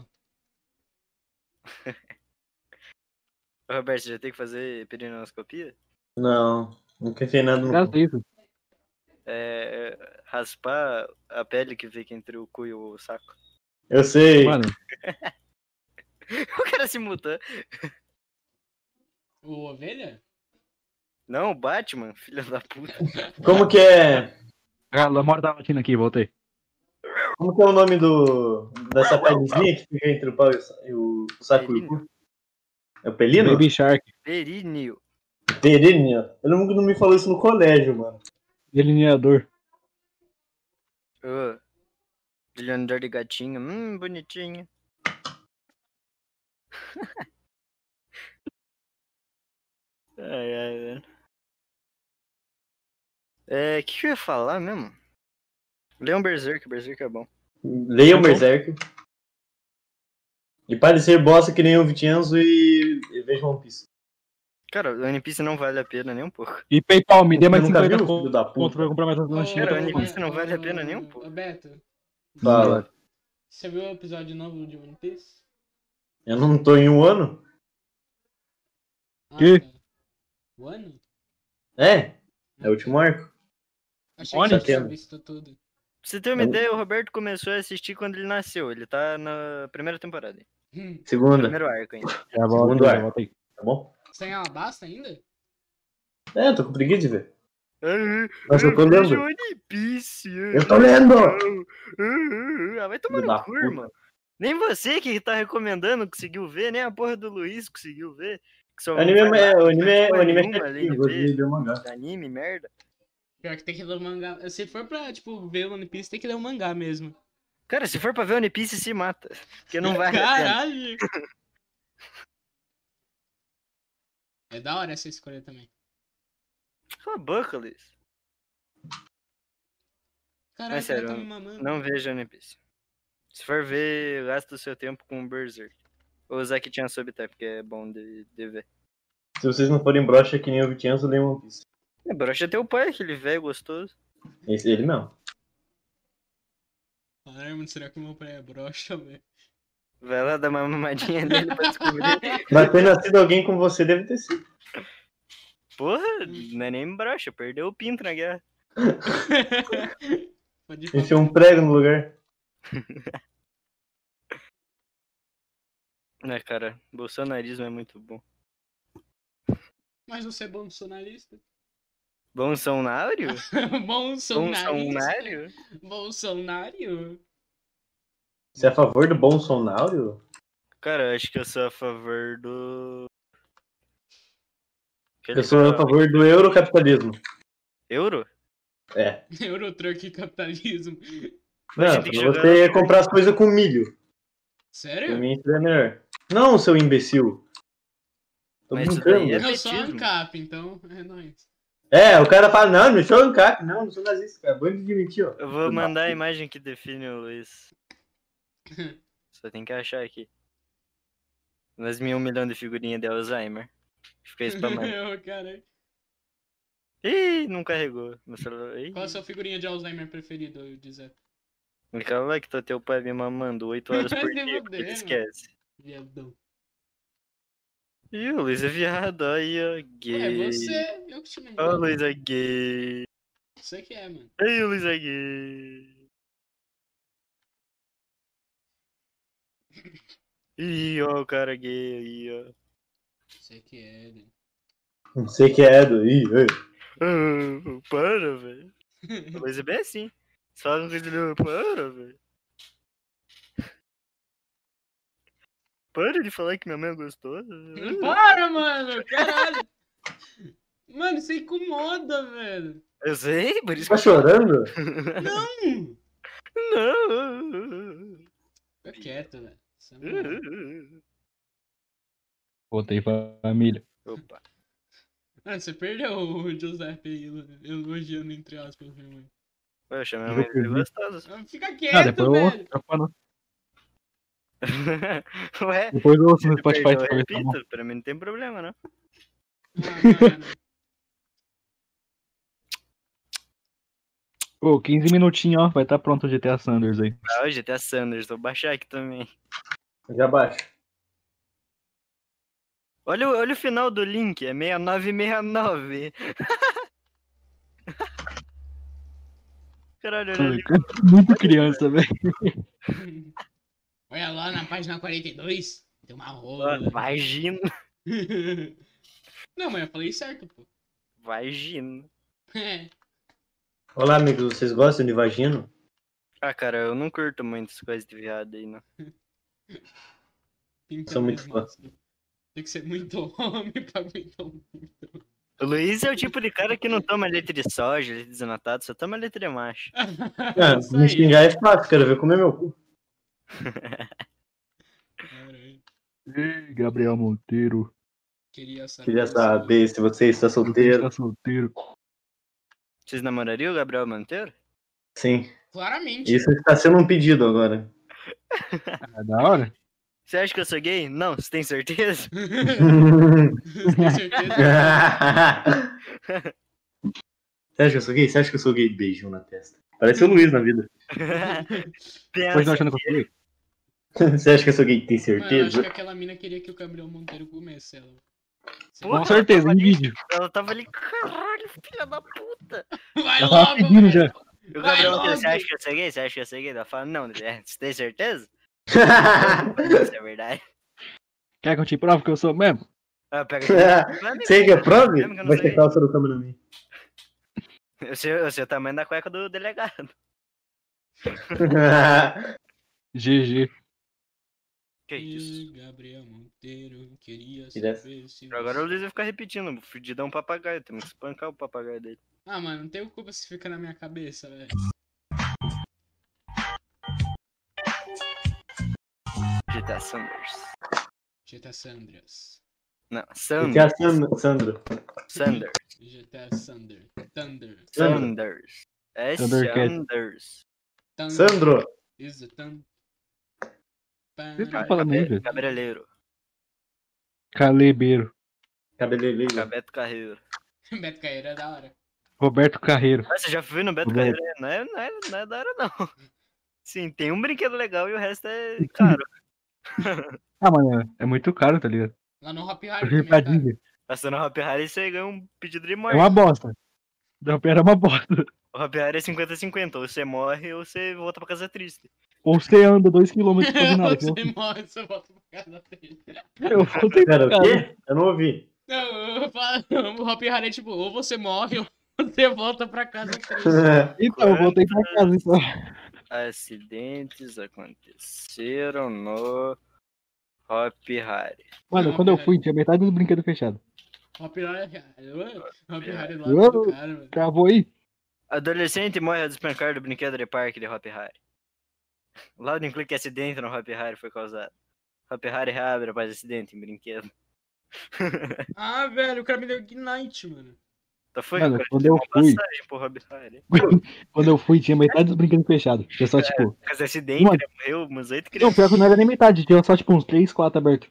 Ô Roberto, você já teve que fazer perinoscopia? Não. Nunca enfiei nada no Graças cu. a isso. Raspar a pele que fica entre o cu e o saco. Eu sei. Mano, O cara se muta. O ovelha? Não, o Batman, filho da puta. Como que é? a Lamora tá latindo aqui, voltei. Como que é o nome dessa pelezinha que fica entre o pau e o saco e o cu? É o pelino? Baby Shark, Períneo. Períneo. Eu lembro que não me falou isso no colégio, mano. delineador. Ô, delineador de gatinho. Bonitinho. Ai, velho. O que eu ia falar mesmo? Leon Berserk é bom. Leiam Berserk. E pare de ser bosta que nem o Vincenzo e vejam One Piece. Cara, o One Piece não vale a pena nem um pouco. E PayPal, me dê mais Você nunca 50 viu, filho da puta? pontos pra eu comprar mais umas lanchinhas. Cara, pra One comer. Piece não vale a pena nem um pouco. Ô, Beto, Fala. você viu o episódio novo de One Piece? Eu não tô em um ano? Que? Tá. O ano? É o último arco. Achei Olha, que você tinha Satena. visto tudo. Pra você ter uma ideia, o Roberto começou a assistir quando ele nasceu. Ele tá na primeira temporada. Segunda, Primeiro arco ainda. Já volto, Segundo já arco. volto aí. tá bom? Sem Alabasta ainda? É, tô com preguiça de ver. Mas eu tô vejo lendo. One Piece. Eu tô lendo! Vai tomar Filho da no cu, puta. irmão. Nem você que tá recomendando conseguiu ver, nem a porra do Luiz conseguiu ver. Que só O anime vai lá, o não anime, faz o porra anime é nenhuma além chatinho, de eu gosto de ver ler o mangá. anime, merda. Pior que tem que ler o mangá. Se for pra, tipo, ver One Piece, tem que ler o mangá mesmo. Cara, se for pra ver One Piece, se mata. Porque não vale a pena. Caralho! É da hora essa escolha também. Cala a boca, Luiz. Caralho, Mas o cara sério, tá me mamando. não veja One Piece. Se for ver, gasta o seu tempo com Berserk. Ou Zaki-chan Subtype, que é bom de ver. Se vocês não forem broxa que nem o Vincenzo, leiam One Piece. Brocha teu pai, aquele velho gostoso. Ele mesmo. Caralho, mano, será que meu pai é broxa, velho? Vai lá dar uma mamadinha nele pra descobrir. Mas ter nascido alguém com você deve ter sido. Porra, não é nem brocha, perdeu o pinto na guerra. Pode ir pra Enfiou um prego no lugar. Né, cara, bolsonarismo é muito bom. Mas você é bolsonarista? Bolsonaro? Bolsonarista? Bolsonaro? Bolsonaro? Você é a favor do Bolsonaro? Cara, eu acho que eu sou a favor do... Eu sou a favor do eurocapitalismo. Euro? É. Eurotruck e capitalismo. Não, tem que pra jogar você na- comprar as coisas com milho. Pra Sério? mim isso é melhor. Não, seu imbecil. Tô Mas isso brincando. daí é- Eu sou nepotismo. ANCAP, então é nóis. É, o cara fala, não sou ANCAP. Não sou nazista, cara. Bando de mentir, ó. Eu vou mandar a imagem que define o Luiz. Só tem que achar aqui. Umas 1.000.000 de figurinhas de Alzheimer. Fica spamando. Ô, caralho. Ih, não carregou. Meu celular. Ih. Qual a sua figurinha de Alzheimer preferido, José? Calma lá que tá teu pai me mamando 8 horas por Vai se dia, fuder, porque ele mano. esquece. Viadão. Ih, o Luiz é viado, aí, ó, É gay. você, eu que te Ó, o lembro. Luiz é gay. Você que é, mano. Aí, o Luiz é gay. Ih, ó, o cara gay aí, ó. Você que é, né? Não sei que é do. Ih, ei. Para, velho. O Luiz é bem assim. Só uma coisa de para, velho. Para de falar que minha mãe é gostosa. Para, mano! Caralho! Mano, você incomoda, velho! Eu sei, por isso Tá que chorando? Não! não. Fica quieto, velho. Isso é moral. Voltei, família. Opa. Mano, você perdeu o Giuseppe aí, elogiando entre aspas, minha mãe. Poxa, minha mãe é gostosa. Fica Ah, quieto, depois eu velho! ouço. Opa, não. Ué? Depois eu ouço no Se Spotify. perdeu, pra eu ver se tá bom. repito, pra mim não tem problema, não. Ah, mano. Pô, 15 minutinhos, ó. Vai estar pronto o GTA Sanders aí. Ah, o GTA Sanders, vou baixar aqui também. Já baixa. Olha o final do link, é 6969. Caralho, olha Mano, ali. cara, muito criança, velho. Olha lá na página 42. Tem uma rola. Vagina. Não, mas eu falei certo, pô. Vagina. É. Olá, amigos, vocês gostam de vagino? Ah, cara, eu não curto muito essas coisas de viado aí, não. Pinta Sou muito mais fã. monstro. Tem que ser muito homem pra aguentar um pinto. O Luiz é o tipo de cara que não toma leite de soja, leite desnatado, só toma leite de macho. Ah, Isso me aí. xingar é fácil, quero ver comer meu cu. Caralho. Ei, Gabriel Monteiro. Queria saber. Queria saber se você está Você solteiro. está solteiro. Vocês namorariam o Gabriel Monteiro? Sim. Claramente. Isso está sendo um pedido agora. É da hora? Você acha que eu sou gay? Não, você tem certeza? Você tem certeza? Você acha que eu sou gay? Você acha que eu sou gay? Beijão na testa. Parece o Luiz na vida. Vocês estão achando que eu falei? Você acha que eu sou gay? Tem Mano, eu acho certeza? que aquela mina queria que o Gabriel Monteiro comesse ela. Pô, Com certeza, em vídeo. Ela tava ali, caralho, filha da puta. Vai Ela tava logo, pedindo velho. já. E o Vai Gabriel logo. Monteiro, você acha que eu sou gay? Você acha que eu sou gay? Ela fala, não, você tem certeza? Isso é verdade. Quer que eu te prove que eu sou mesmo? Ah, pega Você quer prove? Mesmo que eu não Vai sou gay. secar o sorocama na minha. Eu sei o tamanho da cueca do delegado. GG. Que isso? Gabriel Monteiro queria Queria- saber se Agora o Luiz vai ficar repetindo, o fudidão é um papagaio, temos que espancar o papagaio dele. Ah, mano, não tenho culpa se fica na minha cabeça, velho. GTA Sanders. GTA Sandras. Não, Que é a Sanders. Sandro. Sanders. GTA Sander. Thunder. Sanders. É Thundercat. Sanders. Thunder. Sandro. Is the thun. Você tá falando aí, velho? Cabeleireiro. Calebeiro. Cabeleireiro. Cabeto Carreiro. Beto Carreiro é da hora. Roberto Carreiro. Ah, você já foi no Beto Roberto. Carreiro? Não é da hora, não. Sim, tem um brinquedo legal e o resto é caro. Ah, mano, é muito caro, tá ligado? Lá no Hop Eu Harry fui também, pra é caro. Disney. Passando o Hop Harry, você ganha um pedido de É morte. uma bosta. Não, era uma bosta. O Hop Harry é 50-50, ou você morre ou você volta pra casa triste. Ou você anda 2 km fazendo nada. Você morre, você volta pra casa dele. Eu voltei Pera, pra o casa. quê? Eu não ouvi. Não, eu falo, o Hop Harry é tipo, ou você morre ou você volta pra casa triste. Então, eu voltei pra casa, então. Acidentes aconteceram no Hop Harry. Mano, Não, quando eu cara. fui, tinha metade dos brinquedos fechados. Hop Harry lá Uou. do cara, mano. Travou aí? Adolescente morre ao despencar do brinquedo de parque de Hop Harry. Loud inclui que acidente no Hop Harry foi causado. Hop Harry reabre após acidente em brinquedo. Ah, velho, o cara me deu Ignite, mano. Então foi, Mano, cara, quando deu eu uma fui- passagem pro Hop Harry. Quando eu fui, tinha metade dos brinquedos fechados. Tinha só, tipo... Por causa do acidente, Mano. ele morreu umas 8 Não, crianças. pior que não era nem metade. Tinha só, tipo, uns 3, 4 abertos.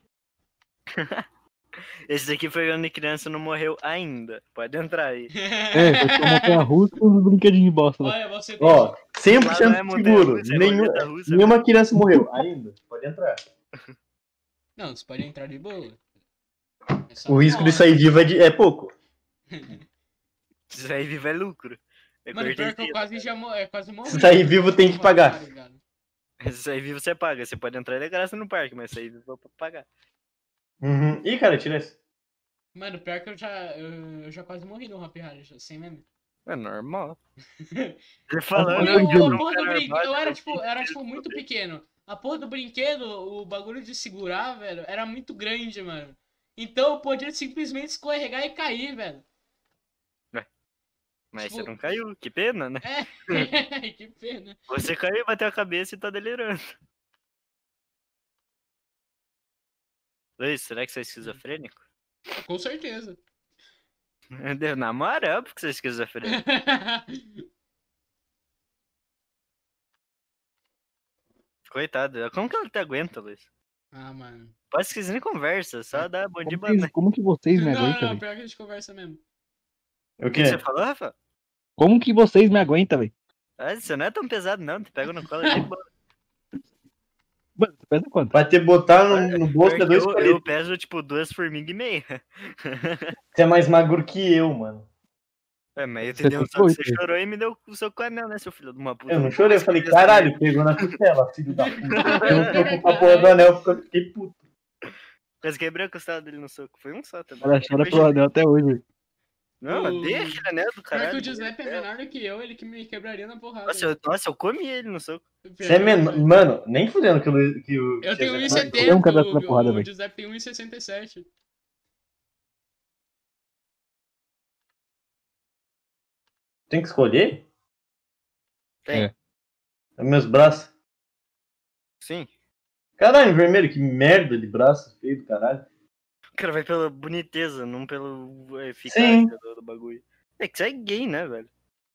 Esse daqui foi onde criança não morreu ainda. Pode entrar aí. É, eu tinha montanha russa com uns brinquedinhos de bosta. Né? Olha, você tem... Ó, Lá não 100% é montanha seguro. russa, é Nenhuma, roleta russa, nenhuma criança morreu. Ainda. Pode entrar. Não, você pode entrar de boa. É só O risco de morre. sair vivo é pouco. Isso aí vive é lucro. É Mano, pior que eu cortesia. quase já quase morri. Se sair vivo, tem que pagar. Tá ligado? Isso aí vivo você paga. Você pode entrar de graça no parque, mas isso aí vivo é pra pagar. Uhum. Ih, cara, tira esse. Mano, pior que eu já quase morri no Hop Harry, sem meme. É normal. Ele Eu falando. não entendi, Eu, mano. a porra do cara brinquedo, armado, eu era não tipo, tem era jeito, tipo muito não tem. pequeno. A porra do brinquedo, o bagulho de segurar, velho, era muito grande, mano. Então eu podia simplesmente escorregar e cair, velho. Mas Tipo- você não caiu, que pena, né? É, que pena. Você caiu, bateu a cabeça e tá delirando. Luiz, será que você é esquizofrênico? Com certeza. Na moral, porque você é esquizofrênico. Coitado, como que ela te aguenta, Luiz? Ah, mano. Pode esquecer nem conversa, só dá bom de Como que vocês me Não, aguentam, não, velho? pior que a gente conversa mesmo. O O que quê? você falou, Rafa? Como que vocês me aguentam, velho? Ah, você não é tão pesado, não. Te pega no colo de boa. Mano, você pesa quanto? Pra te botar no bolso é Porque dois eu palitos. peso, tipo, 2 formigas e meia. Você é mais magro que eu, mano. Mas eu te Você dei um ficou, soco, você então. chorou e me deu o soco com a anel, né, seu filho de uma puta? Eu não chorei, eu falei, caralho, pegou na costela, filho da puta. Eu não tô com a porra do anel, fiquei puto. Quase quebrei a costela dele no soco. Foi um só também. O cara chora pelo anel até hoje, velho. Não, deixa aquele anel do Pior que caralho. o Giuseppe é menor do que eu, ele que me quebraria na porrada. Nossa, eu comi ele no soco. Você é menor. Mano, nem fudendo que o. Eu tenho César é menor. 1,70, Tem um cadastro na porrada, o velho. Giuseppe tem 1,67. Tem que escolher? Tem. É. Meus braços. Sim. Caralho, vermelho, que merda de braço feio do caralho. O cara vai pela boniteza, não pelo Sim. eficácia do bagulho. É que você é gay, né, velho?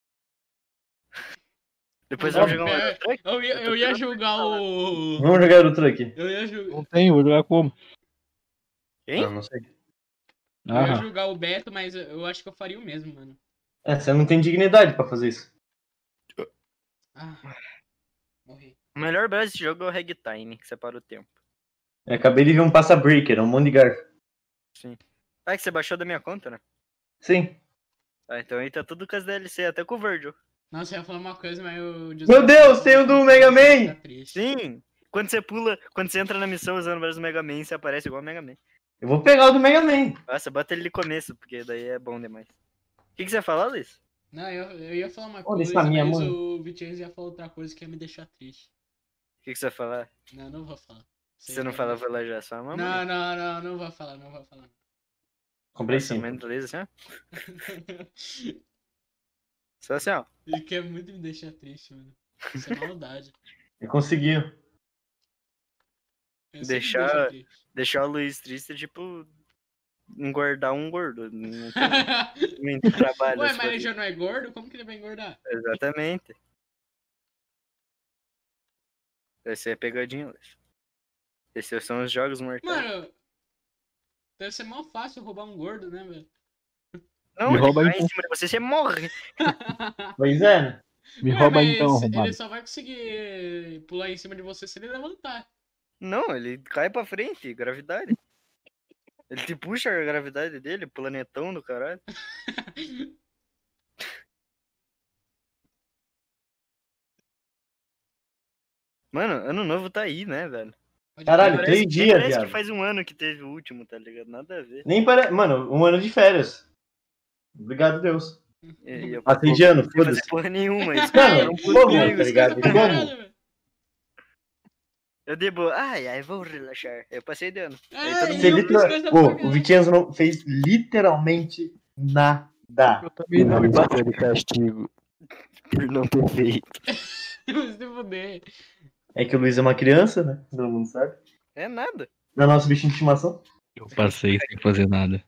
Depois Não, vamos jogar um é, Euro Truck? eu ia julgar o. Vamos jogar outro aqui. Eu ia, ju... Não tem, vou jogar como? Hein? Não sei. eu ia Ah, julgar o Beto, mas eu acho que eu faria o mesmo, mano. É, você não tem dignidade pra fazer isso. Ah. Morri. O melhor braço desse jogo é o Ragtime, que separa o tempo. Eu acabei de ver um passa-breaker, um monte de garfo. Ah, que você baixou da minha conta, né? Sim. Ah, então aí tá tudo com as DLC, até com o Virgil. Nossa, eu ia falar uma coisa, mas o Meu Deus, tem o do Mega Man! Tá triste. Sim! Quando você entra na missão usando o braço do Mega Man, você aparece igual o Mega Man. Eu vou pegar o do Mega Man. Nossa, bota ele de começo, porque daí é bom demais. O que você ia falar, Luiz? Não, eu ia falar uma Onde coisa, está minha mas mãe? o Vicenzo ia falar outra coisa que ia me deixar triste. O que você ia falar? Não vou falar. Se você não falar, eu vou lá já, só uma Não vou falar. Comprei Nossa, sim. mas beleza, assim, ó. Só assim, ó. Ele quer muito me deixar triste, mano. Isso é maldade. Eu consegui. Eu sempre Deixar- deixo triste. Deixar o Luiz triste é tipo engordar um gordo. Não tem muito trabalho. Ué, essa mas ele coisa. já não é gordo? Como que ele vai engordar? Exatamente. Esse é pegadinha, Luiz. Esses são os jogos mortais. Mano, deve ser mó fácil roubar um gordo, né, velho? Não, Me ele rouba cai então. em cima de você morre. Pois é, né? me Ué, rouba mas então, ele arrombado. só vai conseguir pular em cima de você se ele levantar. Não, ele cai pra frente, gravidade. Ele te puxa a gravidade dele, planetão do caralho. Mano, ano novo tá aí, né, velho? Pode Caralho, crer. 3 dias, Parece viado. que faz um ano que teve o último, tá ligado? Nada a ver. Nem parece. Mano, um ano de férias. Obrigado, Deus. E eu Passei de ano, não ia fazer foda-se. porra nenhuma. Isso Mano, era um como, puto Cara, tá perigo. ligado? descansa pra caralho, Como? velho. Eu dei boa. Ai, vou relaxar. Eu passei de ano. Aí todo Ai, mundo- Você eu literal... descanso pra Pô, caralho. o Vicenzo não fez literalmente nada. Eu também não me passei. de castigo por não ter feito. Se fuder. É que o Luiz é uma criança, né? Todo mundo sabe. É nada. Da nosso bichinho de estimação. Eu passei sem fazer nada.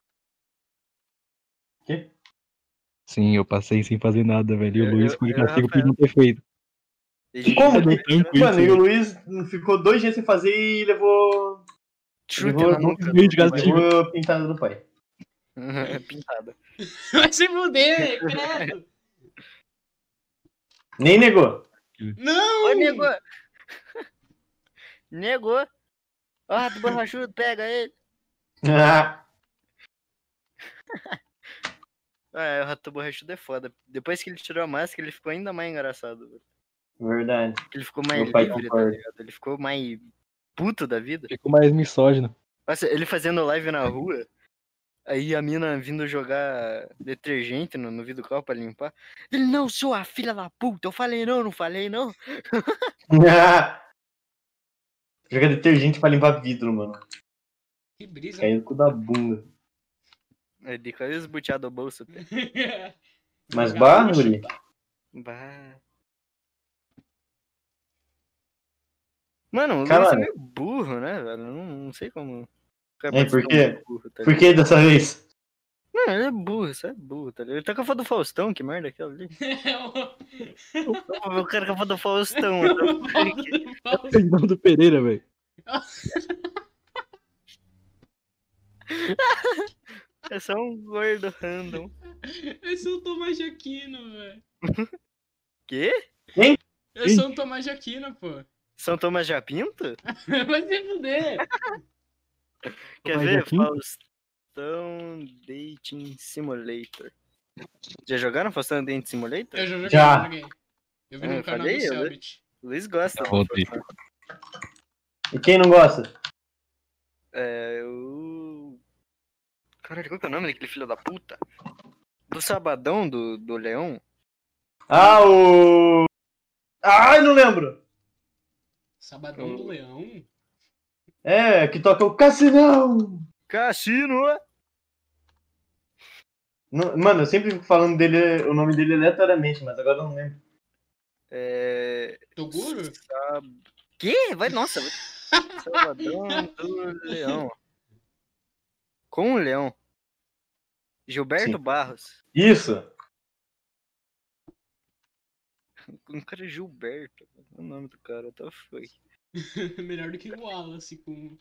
Quê? Sim, eu passei sem fazer nada, velho. E o Eu- Luiz eu- foi eu, castigo por Rafael. não ter feito. Como? Foi tranquilo, Mano, e o sim. Luiz ficou 2 dias sem fazer e levou. Chute levou na nuca. meio de castigo. levou a pintada do pai. Pintada. Vai se fuder, credo. Nem negou. Não! Ô, negou. Negou. Ó, rato borrachudo, pega ele. Ah, Ah, o rato borrachudo é foda. Depois que ele tirou a máscara, ele ficou ainda mais engraçado. Velho. verdade. Ele ficou mais Meu pai livre, tá concorda. ligado? Ele ficou mais puto da vida. Ficou mais misógino. Nossa, ele fazendo live na rua, aí a mina vindo jogar detergente no vidro do carro pra limpar. Ele, não, sua filha da puta. Eu falei não falei não. Joga detergente pra limpar vidro, mano. Que brisa. Caiu no cu da bunda. Ele caiu esbuteado do bolso. Pé. Mas bah, guri. Bah. Mano, o Luiz Caralho. é meio burro, né, velho? Não sei como. É, por quê? Burro, tá Por que dessa vez? Não, ele é burro, isso é burro, tá ligado? Ele tá com a foto do Faustão, que merda é aquela ali? O cara com a foto do Faustão. Tá? Reinaldo Pereira, velho. É só um gordo random. Esse é o Tomás de Aquino, velho. Quê? Esse é o Tomás de Aquino, pô. São Tomás já Pinto? Vai se fuder. Quer Tomás ver? Jaquim? Faustão Dating Simulator. Já jogaram Faustão Dente Simulator? Eu já joguei, Já. eu joguei. Eu vi Ah, no eu canal falei, do eu- Selbit. O Luiz gosta. Eu voltei. E quem não gosta? O... Caralho, qual que é o nome daquele filho da puta? Do Sabadão do Leão? Ah, o. Ai, não lembro. Sabadão do Leão? É, que toca o Cassinão. Cassino! Mano, eu sempre fico falando dele, o nome dele aleatoriamente, mas agora eu não lembro. Toguro? Quê? Nossa, Sabadão do Leão. Com o Leão. Gilberto Sim. Barros. Isso. Um cara Gilberto. O nome do cara, tá foi. Melhor do que o Wallace com.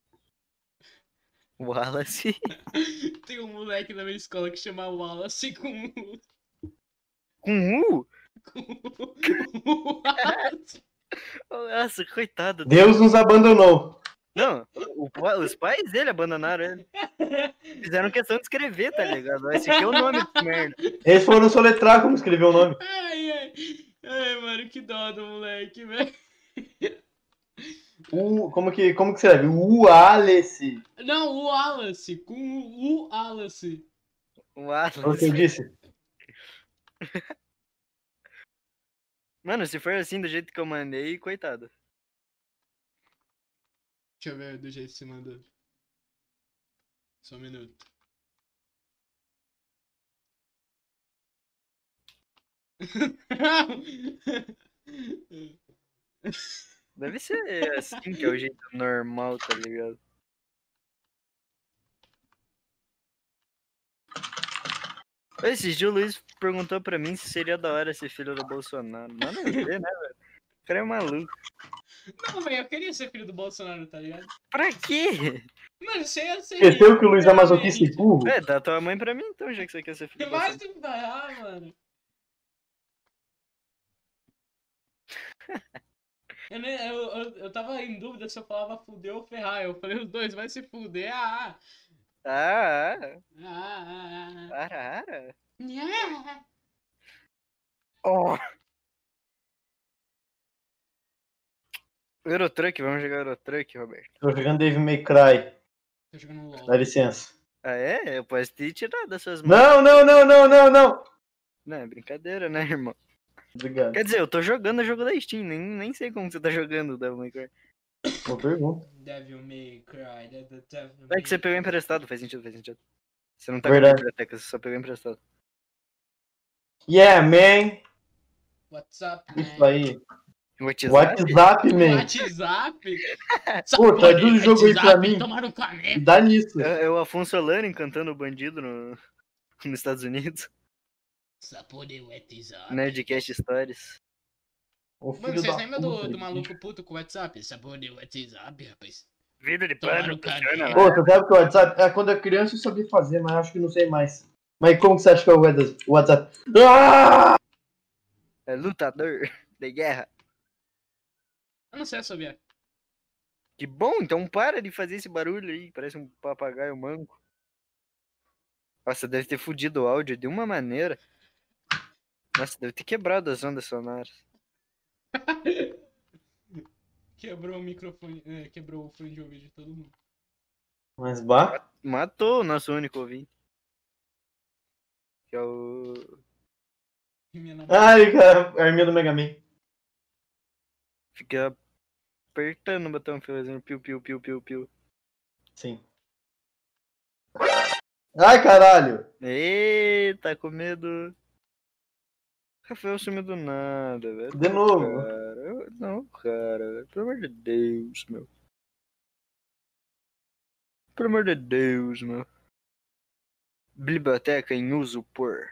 Wallace. Tem um moleque na minha escola que chama Wallace com. Com U? com Wallace. Nossa, coitado. Deus nos abandonou. Não, os pais dele abandonaram ele. Fizeram questão de escrever, tá ligado? Esse aqui é o nome desse merda. Eles foram soletrar como escrever o nome. Ai, ai. Ai, mano, que dó do moleque, velho. Como que escreve? Wallace. Não, o Wallace, com o Wallace. Wallace. Foi o que eu disse. Mano, se for assim do jeito que eu mandei, coitado. Deixa eu ver do jeito que você mandou. Só um minuto. Deve ser assim que é o jeito normal, tá ligado? Esse dia o Luiz perguntou pra mim se seria da hora ser filho do Bolsonaro. Nada a ver, né, velho? O cara é maluco. Não, velho, eu queria ser filho do Bolsonaro, tá ligado? Pra quê? Mano, você ia ser. Esqueceu que o Luiz é masoquista e burro? Dá tua mãe pra mim então, já que você quer ser filho do Vai Bolsonaro. se ferrar, mano. Eu tava em dúvida se eu falava fuder ou ferrar. Eu falei os dois, vai se fuder. Ah. Ah. Para. Nha. Oh. Eurotruck, vamos jogar Eurotruck, Roberto. Tô jogando Devil May Cry. Tô jogando LOL. Dá licença. Ah, é? Eu posso te tirar das suas mãos. Não. Não, é brincadeira, né, irmão? Obrigado. Quer dizer, eu tô jogando o jogo da Steam, nem sei como você tá jogando o Devil May Cry. Boa pergunta. Devil May Cry. Devil É que você May pegou Cry. emprestado, faz sentido. Você não tá Verdade. com a biblioteca, você só pegou emprestado. Yeah, man. What's up, Isso man? aí. WhatsApp? WhatsApp, man. WhatsApp? Pô, traduz o jogo aí pra mim. Tomar no caneco. Dá nisso. É o Afonso Solano cantando o bandido nos Estados Unidos. Sapode WhatsApp. Nerdcast Stories. Ô, Mano, filho vocês da lembram puta, do maluco puto com o WhatsApp? Sapode WhatsApp, rapaz. Vidro de Tomar pano, no funciona caneco. lá. Pô, você sabe que o WhatsApp... Quando eu criança eu sabia fazer, mas acho que não sei mais. Mas como que você acha que é o WhatsApp? Ah! É lutador de guerra. Eu não sei assobiar. Que bom, então para de fazer esse barulho aí, parece um papagaio manco. Nossa, deve ter fudido o áudio de uma maneira. Nossa, deve ter quebrado as ondas sonoras. Quebrou o microfone, quebrou o fone de ouvido de todo mundo. Mas bah. Matou o nosso único ouvinte. Que é o... E minha namorada. Ai, cara, a arminha do Mega Man. Fica apertando o botão, fazendo piu, piu, piu, piu, piu. Sim. Ai, caralho. Eita, com medo. Rafael sumiu do nada, velho. De novo. Cara, não, cara, pelo amor de Deus, meu. Pelo amor de Deus, meu. Biblioteca em uso por.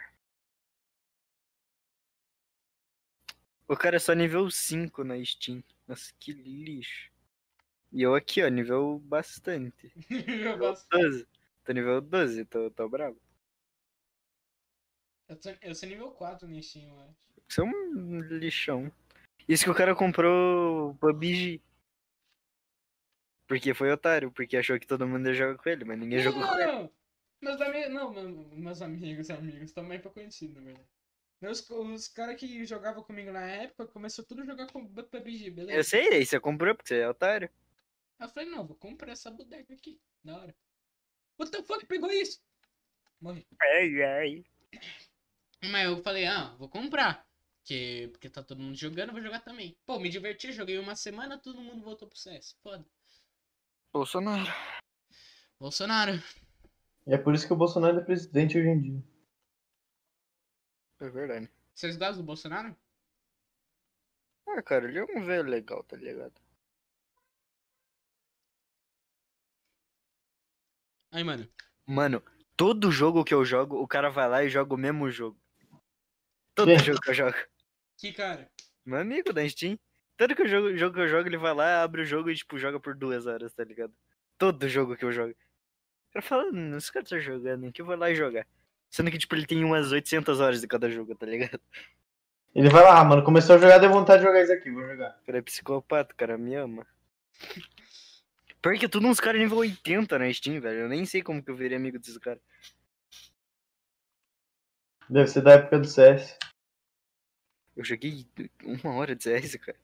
O cara é só nível 5 na Steam. Nossa, que lixo. E eu aqui, ó, nível bastante. Eu Nível gosto. 12. Tô nível 12, tô bravo. Eu sou nível 4 no Steam, eu acho. Isso é um lixão. Isso que o cara comprou PUBG. Porque foi otário, porque achou que todo mundo ia jogar com ele, mas ninguém jogou com ele. Não! Meus amigos. Não, meus amigos também pra conhecido, na verdade. Os caras que jogavam comigo na época começou tudo a jogar com PUBG, beleza? Eu sei, aí você comprou porque você é otário. Aí eu falei, não, vou comprar essa bodega aqui. Da hora. What the fuck, pegou isso? Morri. Ai. Mas eu falei, vou comprar. Porque tá todo mundo jogando, eu vou jogar também. Pô, me diverti, joguei uma semana, todo mundo voltou pro CS. Foda. Bolsonaro. Bolsonaro. E é por isso que o Bolsonaro é presidente hoje em dia. É verdade. Vocês gostam do Bolsonaro? Ah, cara, ele é um velho legal, tá ligado? Aí, mano. Mano, todo jogo que eu jogo, o cara vai lá e joga o mesmo jogo. Todo Quem? jogo que eu jogo. Que cara? Meu amigo da Steam. Todo que jogo que eu jogo, ele vai lá, abre o jogo e, tipo, joga por 2 horas, tá ligado? Todo jogo que eu jogo. O cara fala, os caras tá jogando aqui, eu vou lá e jogar. Sendo que, tipo, ele tem umas 800 horas de cada jogo, tá ligado? Ele vai lá, mano, começou a jogar, deu vontade de jogar isso aqui, vou jogar. O cara é psicopata, o cara me ama. Pior que é tudo uns caras nível 80 na Steam, velho. Eu nem sei como que eu virei amigo desses caras. Deve ser da época do CS. Eu joguei 1 hora de CS, cara.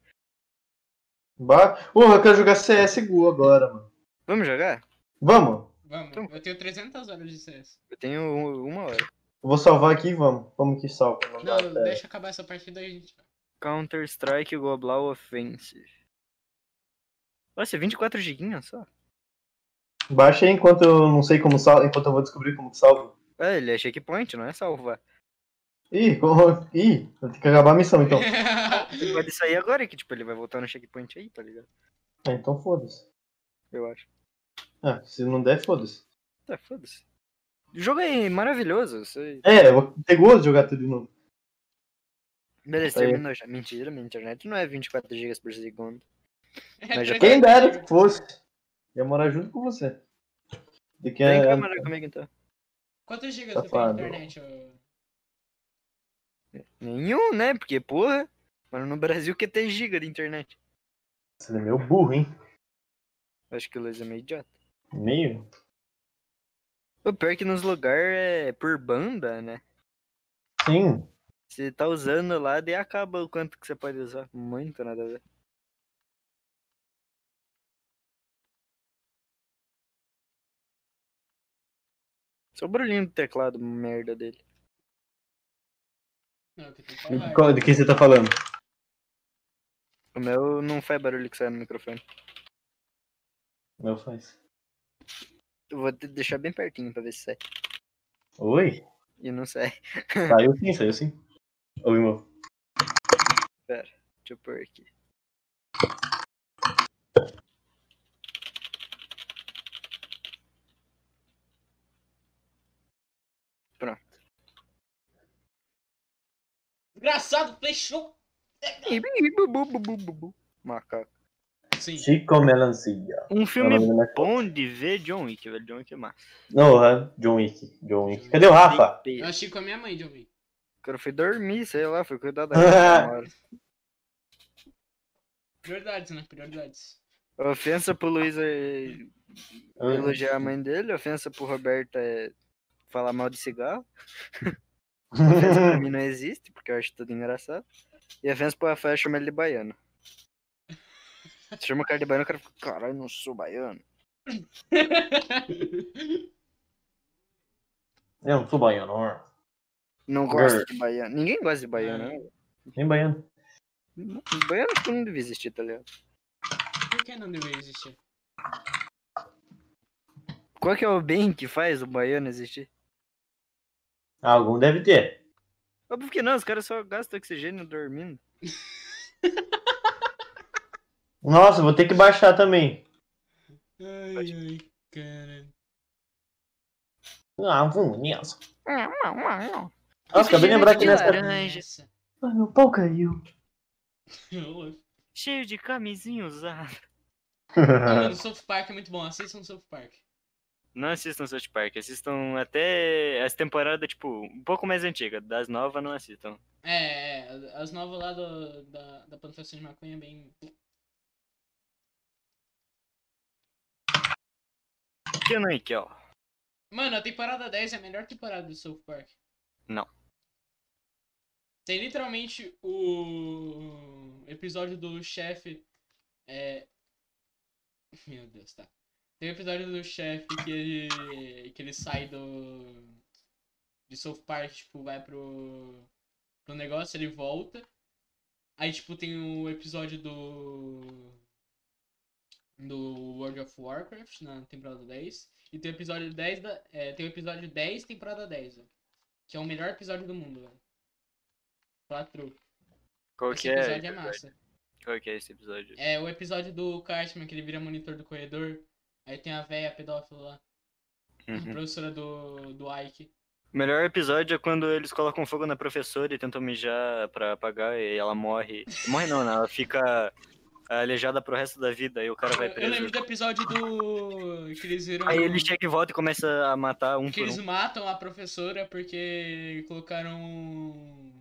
Eu quero jogar CSGO agora, mano. Vamos jogar? Vamos? Vamos, Então. eu tenho 300 horas de CS. Eu tenho 1 hora. Eu vou salvar aqui e vamos. Vamos que salva. Não, deixa acabar essa partida aí, gente. Counter-Strike Global Offensive. Nossa, 24 giguinhas só. Baixa aí enquanto eu não sei como salva, enquanto eu vou descobrir como que salva. É, ele é checkpoint, não é salvar. Ih, vou ter que acabar a missão então. Ele pode sair agora que, tipo, ele vai voltar no checkpoint aí, tá ligado? Então foda-se. Eu acho. Ah, se não der, foda-se. Tá, foda-se. O jogo é maravilhoso. Você... Eu vou ter gosto de jogar tudo de novo. Beleza, Aí. terminou já. Mentira, minha internet não é 24 GB por segundo. Mas já Quem dera que fosse. Ia morar junto com você. Daqui Vem cá a... morar comigo então. Quantos gigas tu tem na Safado. internet? Nenhum, né? Porque, porra, mano, no Brasil que tem giga de internet. Você é meio burro, hein? Acho que o Luiz é meio idiota. Meio? O pior é que nos lugares é por banda, né? Sim. Você tá usando lá, daí acaba o quanto que você pode usar. Muito nada a ver. Só o barulhinho do teclado, merda dele. Não, que tem que falar. De que você tá falando? O meu não faz barulho que sai no microfone. Meu faz. Eu vou deixar bem pertinho pra ver se sai. Oi? E não sai. Saiu sim. Oi, meu. Pera, deixa eu pôr aqui. Pronto. Desgraçado, fechou! Macaco. Sim. Chico Melancia. Um filme É o nome da minha bom de ver, John Wick, velho. John Wick é massa. Não, John Wick. Cadê o Rafa? Eu achei com a minha mãe, John Wick. O cara foi dormir, sei lá, foi cuidar da casa. Prioridades, né? Prioridades. Ofensa pro Luiz é elogiar a mãe dele, ofensa pro Roberto é falar mal de cigarro. Ofensa pra mim não existe, porque eu acho tudo engraçado. E ofensa pro Rafael chama ele de baiano. Se chama o cara de baiano, o cara fica, caralho, não sou baiano. Eu não sou baiano, Não gosto de baiano. Ninguém gosta de baiano, né? nem baiano. Baiano acho que não devia existir, tá ligado? Por que não deveria existir? Qual que é o bem que faz o baiano existir? Algum deve ter. Óbvio que não, os caras só gastam oxigênio dormindo. Nossa, vou ter que baixar também. Ai, cara. Vamos nessa. Nossa, acabei de lembrar que nessa... Laranja. Ai, meu pau caiu. Cheio de camisinha usada. Mano, o South Park é muito bom. Assistam o South Park. Não assistam South Park, assistam até as temporadas, tipo, um pouco mais antigas. Das novas não assistam. As novas lá da plantação de maconha é bem... Que não é que, ó. Mano, a temporada 10 é a melhor temporada do South Park. Não. Tem literalmente o episódio do chefe. Meu Deus, tá. Tem o episódio do chefe que ele sai de South Park, tipo, vai pro negócio, ele volta. Aí, tipo, tem o episódio do World of Warcraft na temporada 10. E tem o episódio 10 tem o episódio 10, temporada 10, velho. Que é o melhor episódio do mundo, velho. Platru. Qual Esse que é? episódio é massa. Qual que é esse episódio? É o episódio do Cartman, que ele vira monitor do corredor. Aí tem a véia pedófila lá. Uhum. Professora do Ike. O melhor episódio é quando eles colocam fogo na professora e tentam mijar pra apagar e ela morre. Morre não, né? Ela fica aleijada pro resto da vida e o cara vai Eu preso. lembro do episódio que eles viram. Aí ele chega e volta e começa a matar um Que por eles um. matam a professora porque colocaram.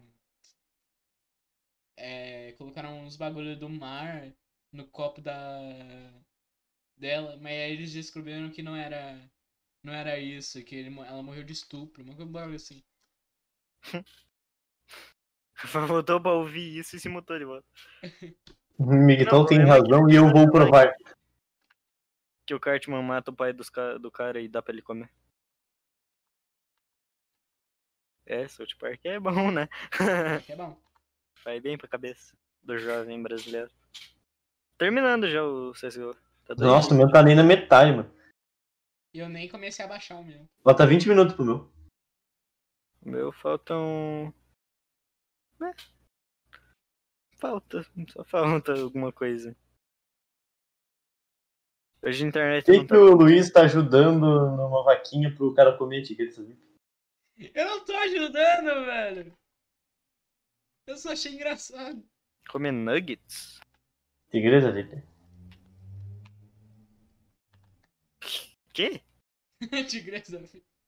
Colocaram uns bagulho do mar no copo dela, mas aí eles descobriram que não era isso, que ela morreu de estupro, uma coisa assim. Voltou pra ouvir isso e se mutou de volta. Miguel tem problema é que razão ele e eu vou chora, provar. Que o Cartman mata o pai do cara e dá pra ele comer. South Park é bom, né? Que é bom. Faz bem pra cabeça do jovem brasileiro. Terminando já o CSGO. Tá doido? Nossa, o meu tá nem na metade, mano. E eu nem comecei a baixar o meu. Falta 20 minutos pro meu. O meu faltam. Só falta alguma coisa. Hoje a internet Sei não que tá. o Luiz tá ajudando numa vaquinha pro cara comer etiqueta, sabe? Eu não tô ajudando, velho! Eu só achei engraçado. Comer nuggets? Tigresa, gente. Quê? Tigresa.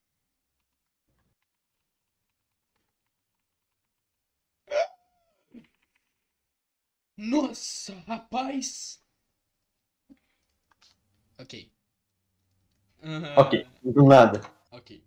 Nossa, rapaz! Ok. Ok, do nada. Ok.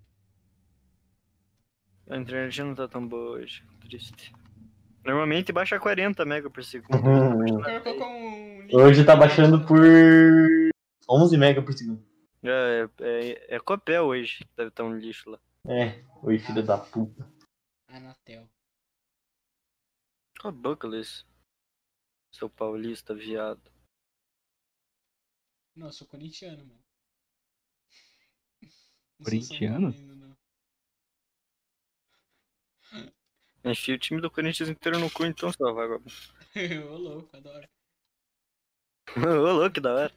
A internet não tá tão boa hoje. Triste. Normalmente baixa 40 MB por segundo. Colocou com um link Hoje tá na internet, baixando né? por 11 mega por segundo. É Copel hoje. Deve estar um lixo lá. Oi, filho da puta. Anatel. Cala a boca, Luiz. Seu paulista, viado. Não, eu sou corintiano, mano. Não sou Corintiano? São Paulino, não. Enchi o time do Corinthians inteiro no cu, então, só vagabundo. Ô, louco, adoro. Ô, louco, que da hora.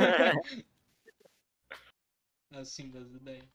Assim, das ideias.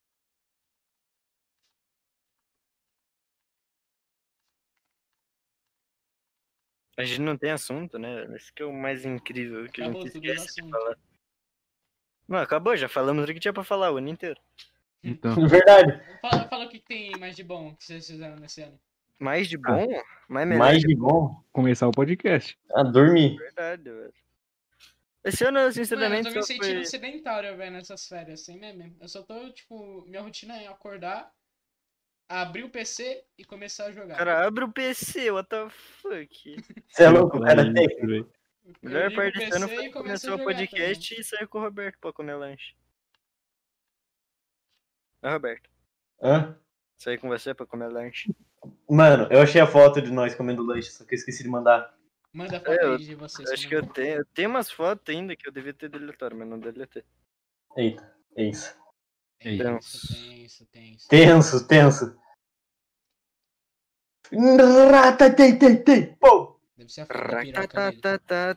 A gente não tem assunto, né? Esse que é o mais incrível, que Acabou a gente tudo os esquece de assuntos. falar. Não, acabou, já falamos o que tinha pra falar o ano inteiro. Então, Verdade. Fala o que tem mais de bom que vocês fizeram nesse ano. Mais de bom? Mais melhor Mais de de bom. começar o podcast. A dormir. verdade, velho. Esse ano, Mano, eu sinceramente, tô me só sentindo foi... sedentário, velho, nessas férias, sem meme. Eu só tô, tipo, minha rotina é acordar, abrir o PC e começar a jogar. Cara, abre o PC, what the fuck? Você é louco, o cara é técnico. velho. Eu Melhor ligo o parte desse ano PC foi e começo começar a o jogar podcast e sair com o Roberto pra comer lanche. Roberto, Hã? sair com você pra comer lanche. Mano, eu achei a foto de nós comendo lanche, só que eu esqueci de mandar. Manda foto aí de vocês. Acho que eu tenho umas fotos ainda que eu devia ter deletado, mas não deletei. Eita, é isso. Tenso. Tenso. Pô! Deve ser a foto da piroca dele.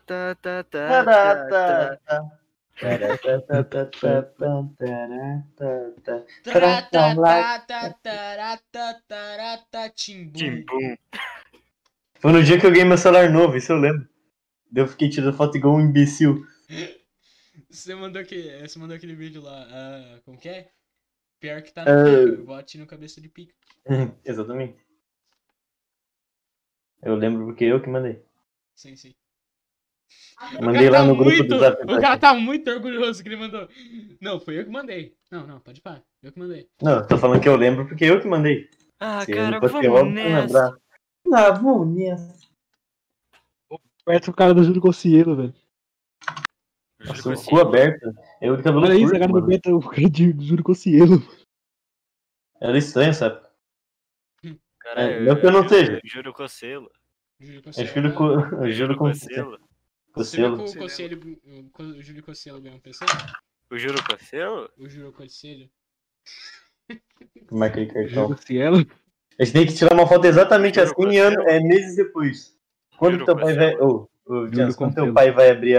Timbum. Timbum. Foi no dia que eu ganhei meu celular novo, isso eu lembro. Daí eu fiquei tirando foto igual um imbecil. Você mandou aquele vídeo lá. Como que é? Pior que tá no pica. Bote no cabeça de pica. Exatamente. Eu lembro porque eu que mandei. Sim. Mandei lá no grupo do Zap. O cara tá muito orgulhoso que ele mandou. Não, foi eu que mandei. Não, pode parar. Eu que mandei. Não, tô falando que eu lembro porque eu que mandei. Ah, Se cara, não fosse eu, vamos eu não nessa. lembrar. Ah, vamos nessa. Parece o cara do Júlio Cossielo, velho. Nossa, o cu aberto. Eu de cabelo Olha isso, curto, a cara do mano. Beto, o cara do Júlio Cossielo. Era estranho, sabe? Caralho, não que eu não seja. Juro Cocelo. Júlio Eu Cossielo. juro com Cocelo. Você viu que Cossielo. o Conselho, o Júlio Cossielo ganhou um PC? O Juro Cocelo? O Júlio Conselho. Marquei Júlio cartão. Cossielo. A gente tem que tirar uma foto exatamente Juro assim, Cossielo. meses depois. Quando Juro teu pai vai. Cossielo. Jans, quando teu Cossielo. pai vai abrir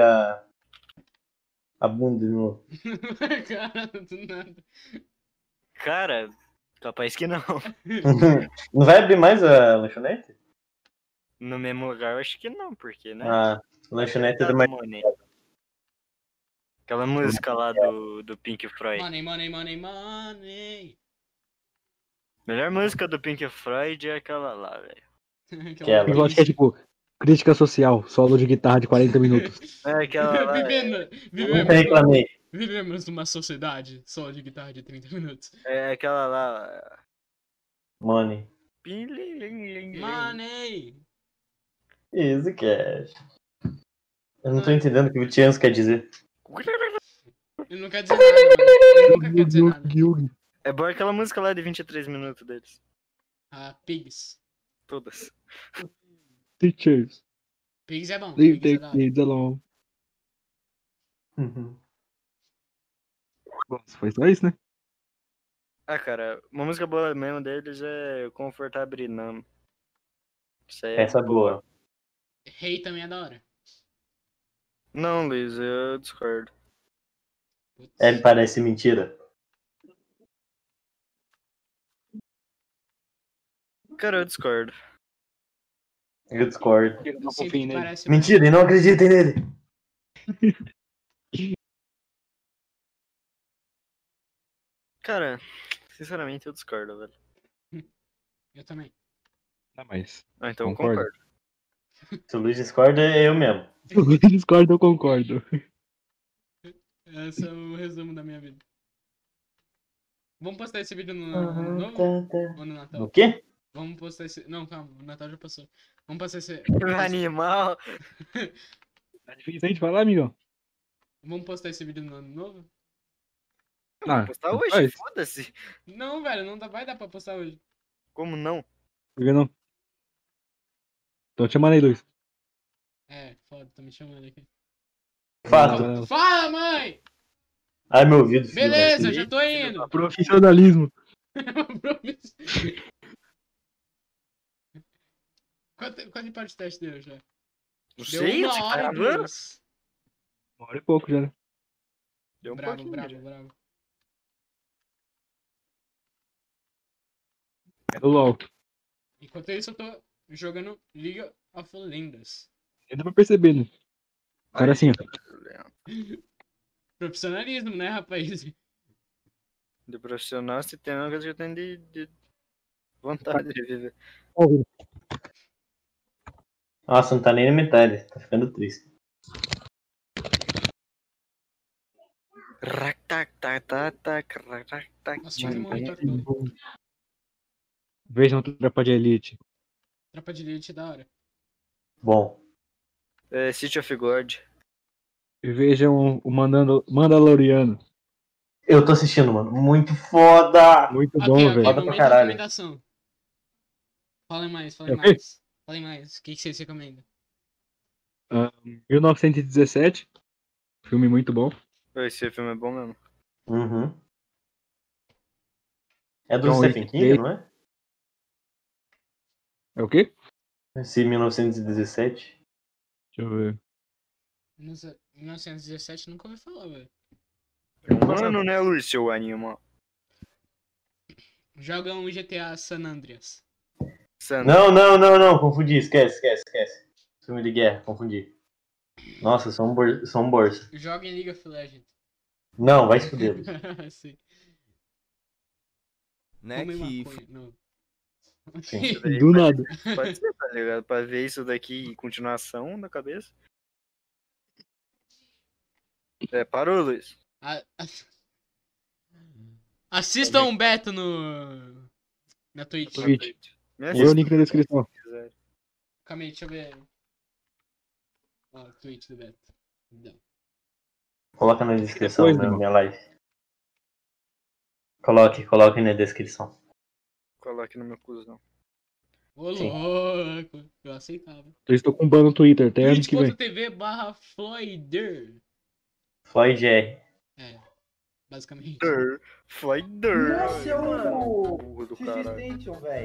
a bunda de novo? Cara, do nada. Cara, capaz que não. Não vai abrir mais a lanchonete? No mesmo lugar, eu acho que não, porque, né? A lanchonete é do Tá, Marquinhos. Money. Aquela música lá do Pink Floyd. Money, money, money, money. Melhor música do Pink Floyd é aquela lá, velho. Aquela. Eu acho que é tipo crítica social, solo de guitarra de 40 minutos. É aquela lá. Nunca reclamei. Vivemos numa sociedade só de guitarra de 30 minutos. É aquela lá. Money. Money! Isso que é. Eu não tô entendendo o que o Chance quer dizer. Ele não quer dizer nada, mano. Ele nunca quer dizer nada. É boa aquela música lá de 23 minutos deles. Ah, Pigs. Todas. Teachers, Pigs é bom. leave Pigs é the da hora. kids alone. Uhum. Nossa, foi só isso, né? Ah, cara, uma música boa mesmo deles é Comfortable Numb. Isso aí Essa é boa. Rei também é da hora. Não, Luiz, eu discordo. Putz. Parece mentira. Cara, eu discordo. Eu discordo. Eu não Eu sinto confio que nele. parece Mentira, e não acreditem nele. Cara, sinceramente eu discordo, velho. Eu também. Tá, mas Ah, então eu Concordo. concordo. Se o Luiz discorda, é eu mesmo. se o Luiz discorda, eu concordo. Esse é o resumo da minha vida. Vamos postar esse vídeo no ano novo ou no Natal? O quê? Vamos postar esse... Não, calma. O Natal já passou. Vamos postar esse... Animal. Tá difícil aí de falar, amigão? Vamos postar esse vídeo no ano novo? Ah, Vou postar hoje, faz. foda-se. Não, velho. Não vai dar pra postar hoje. Como não? Por que não? Tô te chamando aí, Luiz. É, foda. Tô me chamando aqui. Fato. Não, não. Fala, mãe! Ai, meu ouvido. filho Beleza, da- já tô indo. Profissionalismo. Quanto parte de teste deu já? Não Deu sei, 1 você tá hora e gravando? 2. 1 hora e pouco já, né? Deu um Bravo, pouquinho. bravo, já. bravo. É do LOL. Enquanto isso, eu tô jogando League of Legends. Ainda pra perceber, né? O cara Aí, assim, ó. Profissionalismo, né, rapaz? De profissional, se tem uma coisa que eu tenho de vontade de viver. Ó, Vini. Nossa, não tá nem na metade. Tá ficando triste. Nossa, quase morri todo. Vejam Tropa de Elite. Tropa de Elite é da hora. Bom. É, City of God. E vejam o Mandaloriano. Eu tô assistindo, mano. Muito foda! Muito Ok, bom, ok, velho. Foda pra momento de caralho. recomendação. Falem mais, falem É o quê? mais. Falem mais. O que vocês recomendam? 1917. Filme muito bom. Esse filme é bom mesmo. Uhum. É do John Stephen Wick King, 3. não é? É o quê? Esse 1917. Deixa eu ver. 1917 nunca ouvi falar, velho. Mano, né, Luiz, seu animal? Joga um GTA San Andreas. Não. Confundi. Esquece. Filme de guerra, confundi. Nossa, sou um bolsa. Joga em League of Legends. Não, vai se fuder. Luiz. Sim. Né, Fumem que maconha. Não. Sim. Do nada. Pode ser, tá ligado? Pra ver isso daqui em continuação na cabeça. É, parou, Luiz. Assistam um Beto na Twitch. Twitch. Me Vê o link na descrição. Calma aí, deixa eu ver. Ó, Twitch do Beto. Não. Coloca na descrição Depois, da irmão. minha live. Coloque na descrição. Coloque no meu cuzão. Ô, Sim. louco. Eu aceitava. Eu estou com um ban no Twitter até ano que vem. twitch.tv/Floyder. Floyd R. É, basicamente. Floyder. Nossa, é o Burro do Xixi caralho. Station, velho.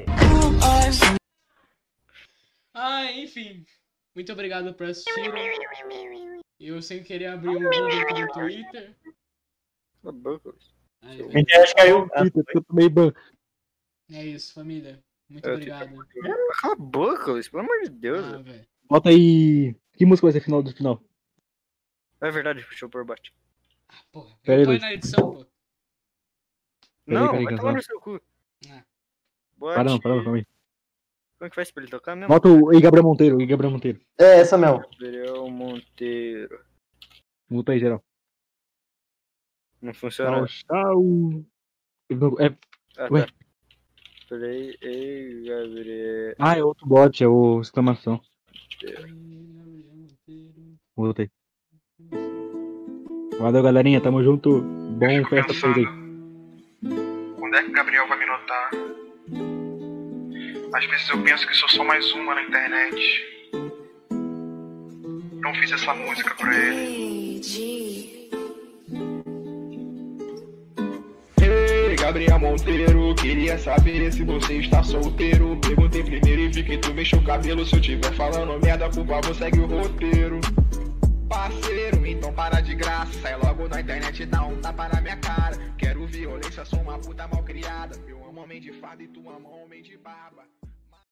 Enfim. Muito obrigado por assistir. Eu sem querer abrir um vídeo aqui no Twitter. Cala a boca, Luiz. Ai, Minha velho. internet caiu. Twitter, porque eu tomei ban. É isso, família. Muito Eu obrigado. Cala a boca, Luiz. Pelo amor de Deus. velho. Velho. Bota aí. Que música vai ser final do final? É verdade, deixa eu pôr bate. Porra, Pera aí, eu ponho Luiz. na edição, pô. Não, peraí, vai que tomar eu no seu cu. Ah. Bote. Para, calma aí. Como é que faz pra ele tocar mesmo? Bota o Ei Gabriel Monteiro, É essa mesmo. Gabriel Monteiro. Muta aí, geral. Não funciona. Tchau. É... Ah, Ué. tá. Peraí, ei, Gabriel. Ah, é outro bot, é o exclamação. Muta aí. Valeu, galerinha, tamo junto. Bom festa pra vocês aí. Quando é que o Gabriel vai me notar? Às vezes eu penso que sou só mais uma na internet. Não fiz essa música pra ele. Ei, Gabriel Monteiro, queria saber se você está solteiro. Perguntei primeiro e vi que tu mexeu o cabelo. Se eu tiver falando merda, por favor, segue o roteiro. Parceiro, então para de graça. Sai logo na internet e dá um tapa na minha cara. Quero violência, sou uma puta mal criada. Eu amo homem de farda e tu ama homem de barba.